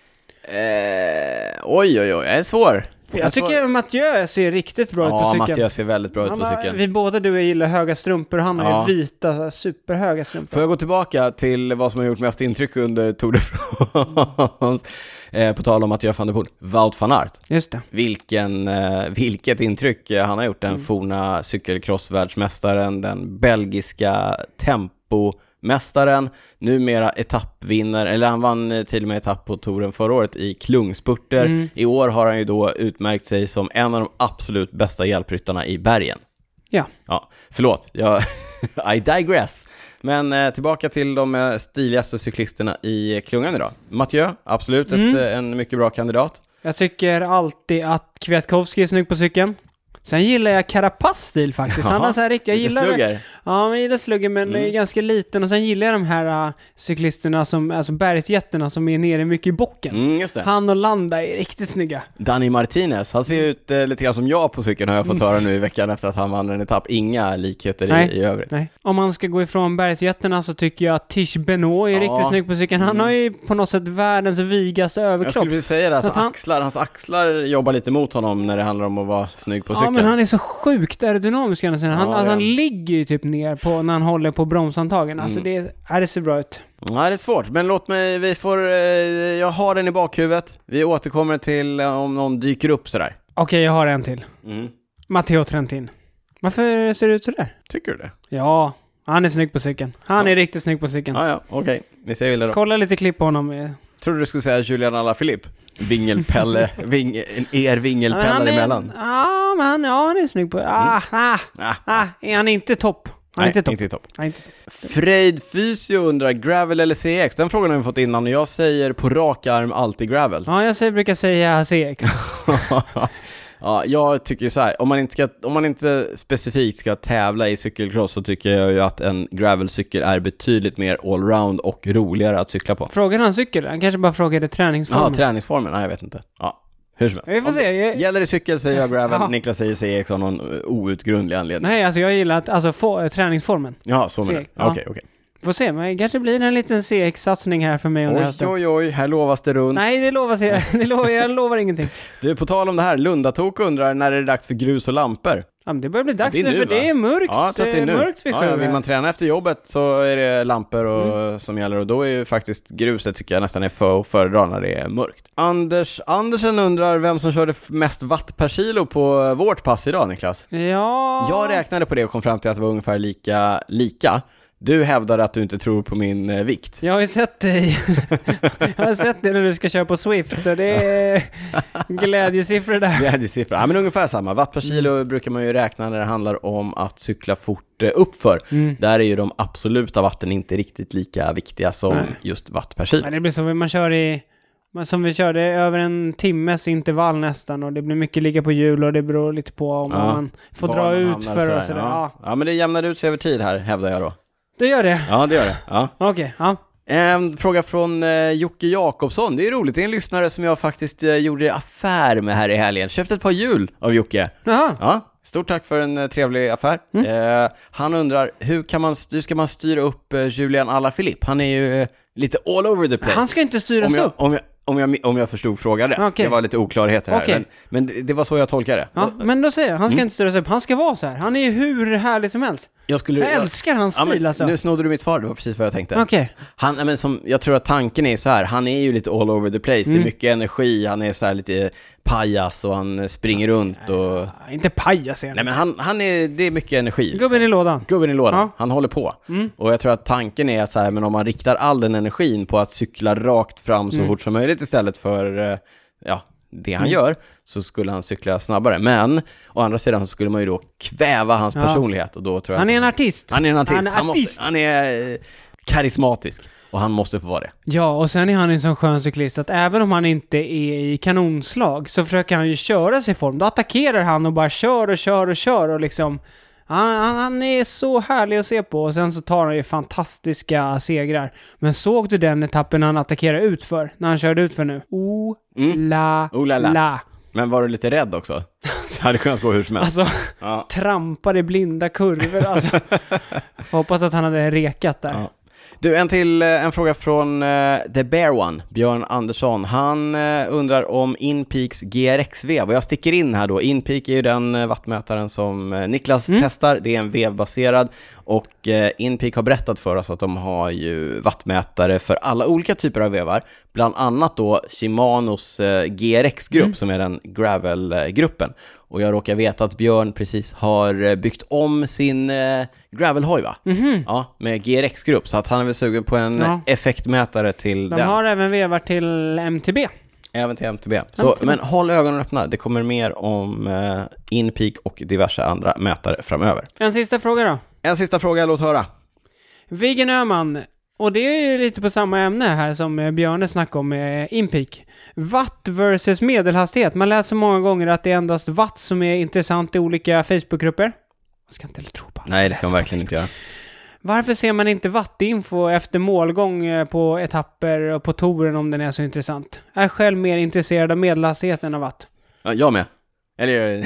Oj, jag är svår. Jag tycker Mathieu ser riktigt bra ut på cykeln. Ja, Mathieu ser väldigt bra ut på cykeln. Vi båda du och jag gillar höga strumpor och han har ju vita, superhöga strumpor. Får jag gå tillbaka till vad som har gjort mest intryck under Tour de France? På tal om Mathieu van der Poel. Wout van Aert. Just det. Vilket intryck han har gjort. Den forna cykelcrossvärldsmästaren, den belgiska tempomästaren, numera etappvinnare, eller han vann till och med etapp på touren förra året i klungspurter. I år har han ju då utmärkt sig som en av de absolut bästa hjälpryttarna i bergen. Ja, förlåt, I digress. Men tillbaka till de stiligaste cyklisterna i klungan idag. Mathieu, absolut en mycket bra kandidat. Jag tycker alltid att Kwiatkowski är snygg på cykeln. Sen gillar jag Carapaz stil faktiskt. Han har så här riktigt, jag gillar slugger. Ja, men jag gillar slugger, men är ganska liten. Och sen gillar jag de här cyklisterna alltså bergsjätterna som är nere mycket i bocken. Just det. Han och Landa är riktigt snygga. Dani Martinez, han ser ut lite grann som jag på cykeln, har jag fått höra nu i veckan efter att han vann en etapp. Inga likheter i övrigt. Nej. Om man ska gå ifrån bergsjätterna så tycker jag att Tish Benoit är riktigt snygg på cykeln. Han har ju på något sätt världens vigaste överkropp. Jag skulle vilja säga det, hans axlar jobbar lite mot honom när det handlar om att vara snygg på cykeln. Men han är så sjukt aerodynamisk. Han ligger ju typ ner på när han håller på bromsantagen. Alltså det ser bra ut. Ja, det är svårt, men låt mig, jag har den i bakhuvudet. Vi återkommer till om någon dyker upp sådär. Okej, jag har en till. Matteo Trentin. Varför ser det ut sådär? Tycker du det? Ja, han är snygg på cykeln. Han är riktigt snygg på cykeln. Ja, okej. Vi ser vidare då. Kolla lite klipp på honom. Tror du skulle säga Julian Alaphilippe? Vingelpelle, vingelpellar emellan. Ja, men han är snygg på. Är han inte topp? Nej, inte topp. Frejd Fysio undrar, gravel eller CX? Den frågan har vi fått innan och jag säger på rak arm alltid gravel. Ja, jag brukar säga CX. Ja, jag tycker så här, om man inte specifikt ska tävla i cykelcross så tycker jag ju att en gravelcykel är betydligt mer allround och roligare att cykla på. Frågar han cykel? Han kanske bara frågade träningsformen. Ja, träningsformen. Nej, jag vet inte. Ja, hur som helst. Vi får se. Gäller det cykel säger jag gravel, Niklas säger CX av någon outgrundlig anledning. Nej, alltså jag gillar att träningsformen. Ja, så med det. Okej. Får se, men det kanske blir en liten CX-satsning här för mig under hösten. Oj, här lovas det runt. Nej, jag lovar ingenting. Du, på tal om det här, Lundatok undrar när är det dags för grus och lampor? Ja, men det börjar bli dags nu, för det är mörkt. Ja, det är mörkt vid sjön. Vill man träna efter jobbet så är det lampor som gäller, och då är ju faktiskt gruset tycker jag nästan är föredra när det är mörkt. Andersen undrar vem som körde mest watt per kilo på vårt pass idag, Niklas. Ja. Jag räknade på det och kom fram till att det var ungefär lika. Du hävdade att du inte tror på min vikt. Jag har ju sett dig. Jag har sett det när du ska köra på Swift. Och det är glädjesiffror där. Glädjesiffror. Ja, men ungefär samma. Watt per kilo brukar man ju räkna när det handlar om att cykla fort uppför. Där är ju de absoluta watten inte riktigt lika viktiga som just watt per kilo. Men det blir så, man Men som vi körde över en timmes intervall nästan, och det blir mycket ligga på hjul, och det beror lite på om man får dra ut för och sådär. Ja, men det jämnar ut sig över tid här, hävdar jag då. Det gör det? Ja, det gör det. Ja. Okej, ja. En fråga från Jocke Jakobsson. Det är roligt, det är en lyssnare som jag faktiskt gjorde affär med här i helgen. Köpte ett par hjul av Jocke. Jaha. Ja, stort tack för en trevlig affär. Han undrar, hur ska man styra upp Julian Alaphilippe? Han är ju lite all over the place. Han ska inte styras upp. Om jag förstod frågan rätt. Okay. Det var lite oklarheter här. Okay. Men det var så jag tolkade det. Ja, men då säger jag, han ska inte styras upp. Han ska vara så här. Han är ju hur härlig som helst. Jag älskar hans stil alltså. Nu snodde du mitt svar, det var precis vad jag tänkte. Okay. Jag tror att tanken är så här, han är ju lite all over the place. Det är mycket energi, han är så här lite pajas och han springer runt och... Inte pajas igen. Nej, men det är mycket energi. Gubben i lådan. Ja. Han håller på. Och jag tror att tanken är så här, men om man riktar all den energin på att cykla rakt fram så fort som möjligt istället för det han gör, så skulle han cykla snabbare. Men å andra sidan så skulle man ju då kväva hans personlighet, och då tror jag han är en artist. Han är karismatisk. Och han måste få vara det. Ja, och sen är han en sån skön cyklist att även om han inte är i kanonslag så försöker han ju köra sig i form. Då attackerar han och bara kör och liksom... Han är så härlig att se på, och sen så tar han ju fantastiska segrar. Men såg du den etappen han attackerade utför? När han körde utför nu? La. Men var du lite rädd också? Så hade kunnat gå hur som helst. Alltså, trampade blinda kurvor. Alltså. Får hoppas att han hade rekat där. Ja. Du, en fråga från The Bear One, Björn Andersson. Han undrar om Inpeaks GRX-vev. Och jag sticker in här då. Inpeak är ju den vattmätaren som Niklas testar. Det är en vevbaserad. Och Inpeak har berättat för oss att de har ju vattmätare för alla olika typer av vevar. Bland annat då Shimanos GRX-grupp som är den gravel-gruppen. Och jag råkar veta att Björn precis har byggt om sin gravelhoj, va? Ja, med GRX-grupp. Så att han är väl sugen på en effektmätare till den. De har även vevar till MTB. Även till MTB. Så, men håll ögonen öppna. Det kommer mer om Inpeak och diverse andra mätare framöver. En sista fråga då. En sista fråga, låt höra. Viggen Öhman. Och det är ju lite på samma ämne här som Björne snackade om med Inpeak. Watt versus medelhastighet. Man läser många gånger att det är endast watt som är intressant i olika Facebookgrupper. Man ska inte tro på. Nej, det ska man verkligen inte göra. Varför ser man inte wattinfo efter målgång på etapper och på touren om den är så intressant? Jag är själv mer intresserad av medelhastigheten av watt. Ja, jag med. Eller det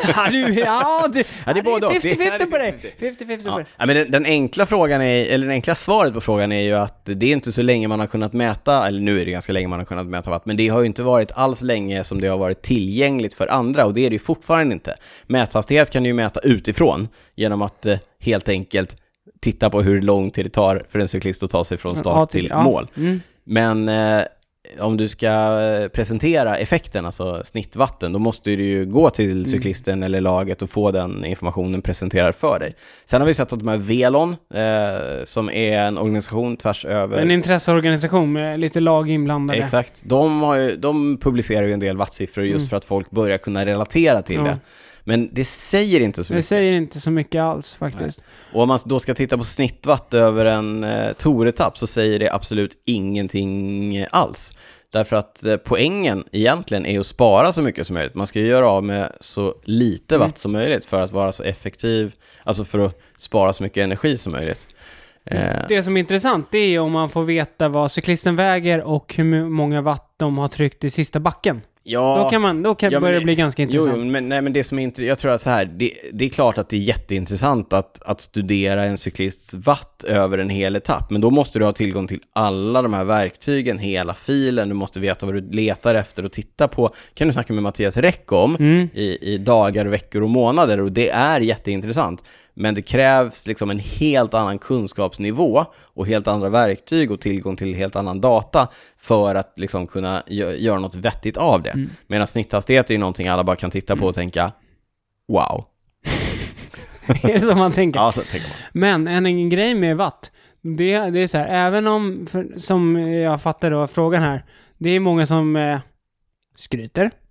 är både 50-50 på dig. 50-50 på dig. Ja, men den enkla frågan det enkla svaret på frågan är ju att det är inte så länge man har kunnat mäta, eller nu är det ganska länge man har kunnat mäta watt, men det har ju inte varit alls länge som det har varit tillgängligt för andra, och det är det ju fortfarande inte. Mäthastighet kan du ju mäta utifrån genom att helt enkelt titta på hur lång tid det tar för en cyklist att ta sig från start till mål. Men om du ska presentera effekten, alltså snittvatten, då måste du ju gå till cyklisten eller laget och få den informationen presenterad för dig. Sen har vi sett att de här Velon, som är en organisation tvärs över... En intresseorganisation med lite lag inblandade. Exakt. De publicerar ju en del wattsiffror just för att folk börjar kunna relatera till det. Men det säger inte så mycket. Det säger inte så mycket alls faktiskt. Nej. Och om man då ska titta på snittwatt över en touretapp så säger det absolut ingenting alls. Därför att poängen egentligen är att spara så mycket som möjligt. Man ska ju göra av med så lite watt som möjligt för att vara så effektiv. Alltså för att spara så mycket energi som möjligt. Det som är intressant, det är om man får veta vad cyklisten väger och hur många watt de har tryckt i sista backen. Ja, då kan det börja bli ganska intressant. Jo, men det som är jag tror att så här, det är klart att det är jätteintressant att studera en cyklists watt över en hel etapp, men då måste du ha tillgång till alla de här verktygen, hela filen, du måste veta vad du letar efter och titta på. Kan du snacka med Mattias Räck om i dagar, veckor och månader, och det är jätteintressant. Men det krävs liksom en helt annan kunskapsnivå och helt andra verktyg och tillgång till helt annan data för att liksom kunna göra något vettigt av det. Medan snitthastighet är ju någonting alla bara kan titta på och tänka wow. Är det som man tänker? Ja, så tänker man. Men en grej med watt, det är så här, även om, som jag fattar då frågan här, det är många som skryter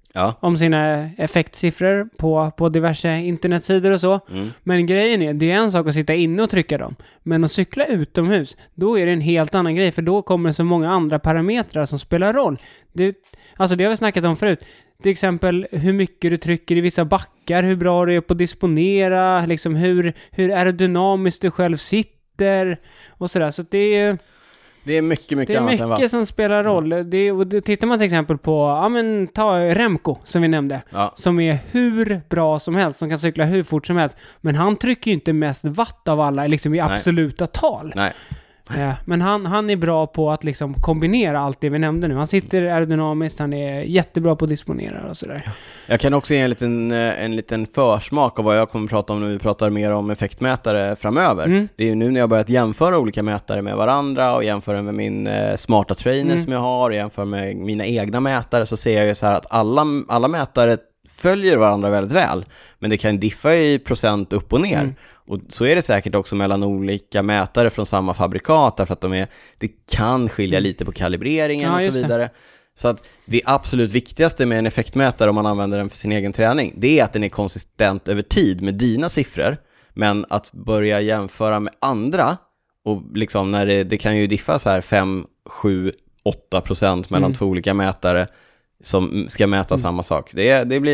om sina effektsiffror på diverse internetsidor och så. Men grejen är, det är en sak att sitta inne och trycka dem. Men att cykla utomhus, då är det en helt annan grej. För då kommer det så många andra parametrar som spelar roll. Det har vi snackat om förut. Till exempel hur mycket du trycker i vissa backar, hur bra du är på att disponera, liksom hur aerodynamiskt du själv sitter och sådär. Så det är mycket det är annat än mycket som spelar roll. Tittar man till exempel på, ta Remco som vi nämnde, som är hur bra som helst, som kan cykla hur fort som helst. Men han trycker ju inte mest watt av alla liksom i absoluta tal. Nej. Ja, men han är bra på att liksom kombinera allt det vi nämnde nu. Han sitter aerodynamiskt, han är jättebra på att disponera och sådär. Jag kan också ge en liten försmak av vad jag kommer att prata om när vi pratar mer om effektmätare framöver. Det är ju nu när jag har börjat jämföra olika mätare med varandra och jämföra med min smarta trainer som jag har och jämföra med mina egna mätare, så ser jag ju så här att alla mätare följer varandra väldigt väl, men det kan diffa i procent upp och ner. Och så är det säkert också mellan olika mätare från samma fabrikat, därför att det kan skilja lite på kalibreringen och så vidare. Så att det absolut viktigaste med en effektmätare, om man använder den för sin egen träning, det är att den är konsistent över tid med dina siffror. Men att börja jämföra med andra, och liksom när det kan ju diffa så här 5, 7, 8% mellan två olika mätare som ska mäta samma sak. Det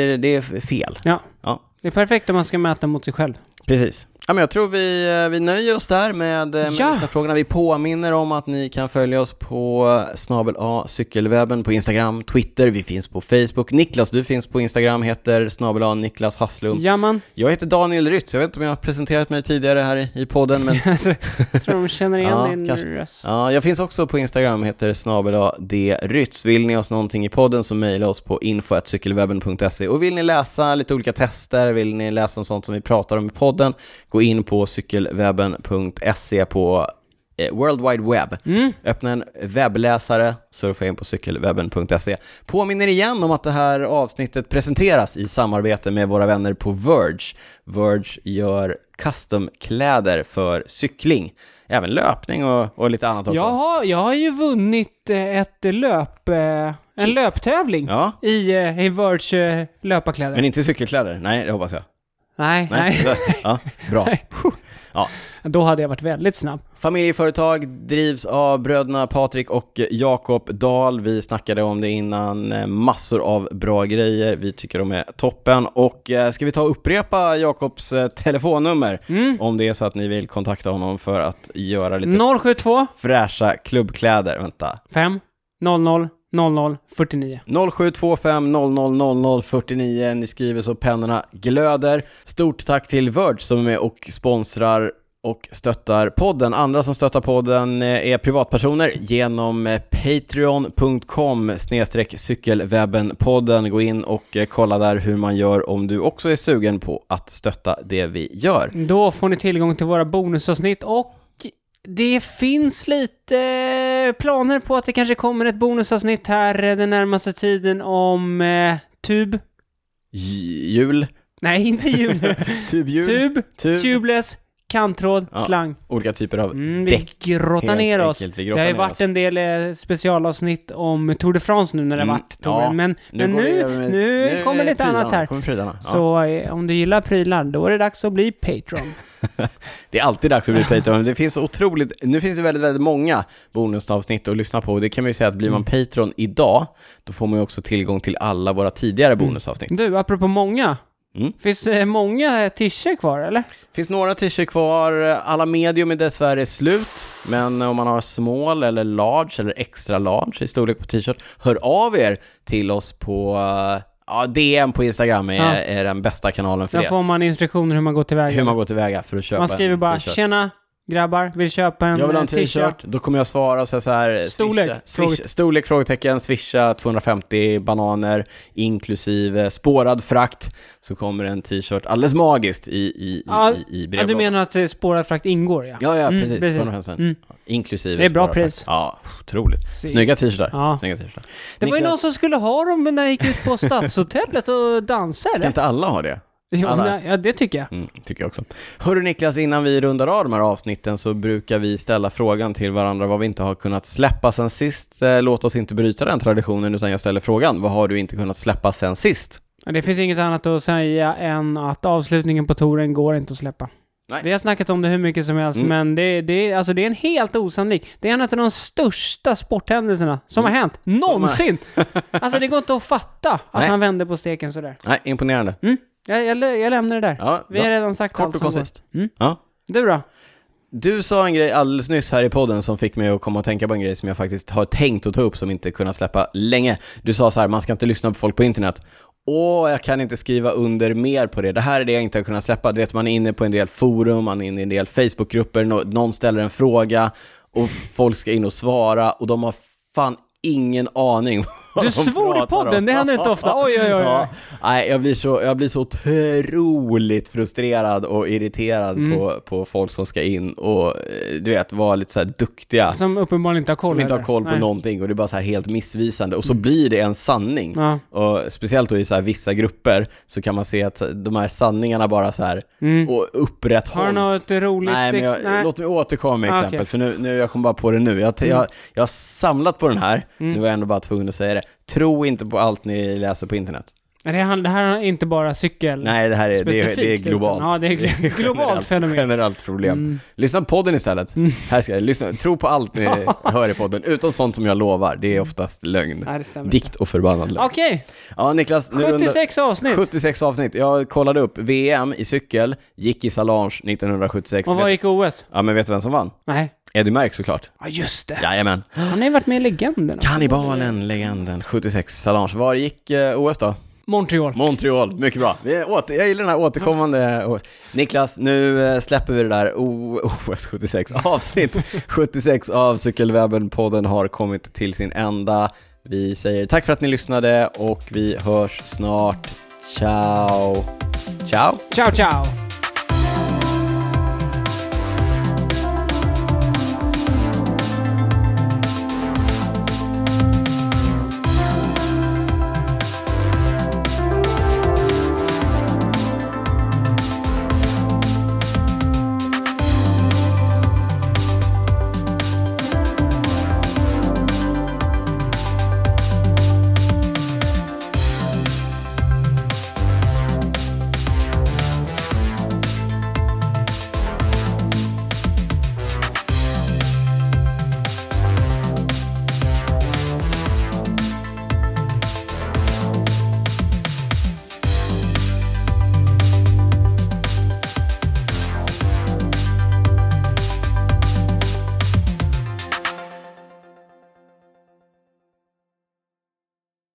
är fel. Ja. Det är perfekt om man ska mäta mot sig själv. Precis. Ja, men jag tror vi nöjer oss där med frågorna. Vi påminner om att ni kan följa oss på @cykelwebben på Instagram, Twitter. Vi finns på Facebook. Niklas, du finns på Instagram, heter @Niklas Hasslum. Jaman. Jag heter Daniel Rytz. Jag vet inte om jag har presenterat mig tidigare här i podden, men jag tror de känner igen din röst. Ja, jag finns också på Instagram, heter @drytz. Vill ni oss någonting i podden så mejla oss på info@cykelwebben.se. Och vill ni läsa lite olika tester, vill ni läsa om sånt som vi pratar om i podden, gå in på cykelwebben.se på World Wide Web. Öppna en webbläsare, surfa in på cykelwebben.se. Påminner igen om att det här avsnittet presenteras i samarbete med våra vänner på Verge. Verge gör custom-kläder för cykling. Även löpning och lite annat också. Jag har ju vunnit en löptävling i Verge löparkläder. Men inte cykelkläder? Nej, det hoppas jag. Nej. Ja, bra. Ja. Då hade jag varit väldigt snabb. Familjeföretag drivs av bröderna Patrik och Jakob Dahl. Vi snackade om det innan. Massor av bra grejer. Vi tycker de är toppen. Och ska vi ta och upprepa Jakobs telefonnummer om det är så att ni vill kontakta honom för att göra lite 072 fräscha klubbkläder. Vänta. 5 00 00 49 0725 00 49. Ni skriver så pennorna glöder. Stort tack till Verge som är med och sponsrar och stöttar podden. Andra som stöttar podden är privatpersoner genom patreon.com/cykelwebbenpodden. Gå in och kolla där hur man gör om du också är sugen på att stötta det vi gör. Då får ni tillgång till våra bonusavsnitt och det finns lite planer på att det kanske kommer ett bonusavsnitt här den närmaste tiden om tub. Jul? Nej, inte jul. Tubhjul? Tubeless, kanttråd, slang. Olika typer av däck. Vi grottar ner oss. Det har ju varit en del specialavsnitt om Tour de France nu när det har varit touren. Men nu kommer lite annat här. Så om du gillar prylar, då är det dags att bli Patreon. Det är alltid dags att bli Patreon. Det finns nu finns det väldigt, väldigt många bonusavsnitt att lyssna på. Det kan man ju säga att blir man Patreon idag, då får man ju också tillgång till alla våra tidigare bonusavsnitt. Du, apropå många, finns många t-shirts kvar, eller? Finns några t-shirts kvar. Alla medium är dessvärre slut. Men om man har small eller large eller extra large i storlek på t-shirt, hör av er till oss på DM på Instagram är den bästa kanalen för det. Där får man instruktioner hur man går tillväga. För att köpa. Man skriver bara, tjena grabbar, vill köpa en jag vill ha en t-shirt. Då kommer jag svara och säga så här: storlek, frågetecken, swisha 250 bananer inklusive spårad frakt, så kommer en t-shirt alldeles magiskt i brevlådan. Ja, du menar att spårad frakt ingår, ja? Ja, precis. 250 inklusive. Det är bra pris. Ja, otroligt. Snygga t-shirtar. Ja. Det var ju någon som skulle ha dem när jag gick ut på Stadshotellet och dansade. Ska inte alla ha det? Ja, det tycker jag. Tycker jag också. Hörru Niklas, innan vi rundar av de här avsnitten så brukar vi ställa frågan till varandra vad vi inte har kunnat släppa sen sist. Låt oss inte bryta den traditionen, utan jag ställer frågan: vad har du inte kunnat släppa sen sist? Det finns inget annat att säga än att avslutningen på touren går inte att släppa. Nej. Vi har snackat om det hur mycket som helst, men det är en helt osannolik. Det är en av de största sporthändelserna som har hänt någonsin. Alltså det går inte att fatta att han vände på steken sådär. Nej, imponerande. Jag lämnar det där. Ja, vi har redan sagt kort och koncist. Ja. Du då? Du sa en grej alldeles nyss här i podden som fick mig att komma och tänka på en grej som jag faktiskt har tänkt att ta upp som inte kunnat släppa länge. Du sa så här: man ska inte lyssna på folk på internet. Jag kan inte skriva under mer på det. Det här är det jag inte har kunnat släppa. Du vet, man är inne på en del forum, man är inne i en del Facebookgrupper, någon ställer en fråga och folk ska in och svara och de har fan ingen aning. Du svor i podden, det händer inte ofta. Oj. Ja. Nej, jag blir så otroligt frustrerad och irriterad på folk som ska in och du vet, vara lite så här duktiga. Som uppenbarligen inte har koll. Som inte har koll på någonting och det är bara så här helt missvisande. Och så blir det en sanning. Ja. Och speciellt då i så här vissa grupper så kan man se att de här sanningarna bara så här och upprätthålls. Har du något roligt? Nej, låt mig återkomma med exempel. Okay. För nu jag kom bara på det nu. Jag har samlat på den här. Nu var jag ändå bara tvungen att säga det. Tro inte på allt ni läser på internet. Det här är inte bara cykel. Nej, det här är globalt. Ja, det är globalt fenomen. Generellt problem. Lyssna på podden istället. Här ska jag lyssna. Tro på allt ni hör i podden. Utom sånt som jag lovar. Det är oftast lögn. Nej, det stämmer. Dikt och förbannad lögn. Okej. Ja, Niklas. 76 avsnitt. Jag kollade upp VM i cykel. Gick i Salange 1976. Och vad gick OS? Ja, men vet du vem som vann? Nej. Eddie Merckx såklart. Ja, just det. Jajamän. Han har ju varit med i legenden. Kannibalen, legenden, 76 Salange. Var gick OS då? Montreal, mycket bra. Jag gillar den här återkommande OS. Niklas, nu släpper vi det där OS 76. Avsnitt 76 av Cykelwebben-podden har kommit till sin ända. Vi säger tack för att ni lyssnade och vi hörs snart. Ciao. Ciao.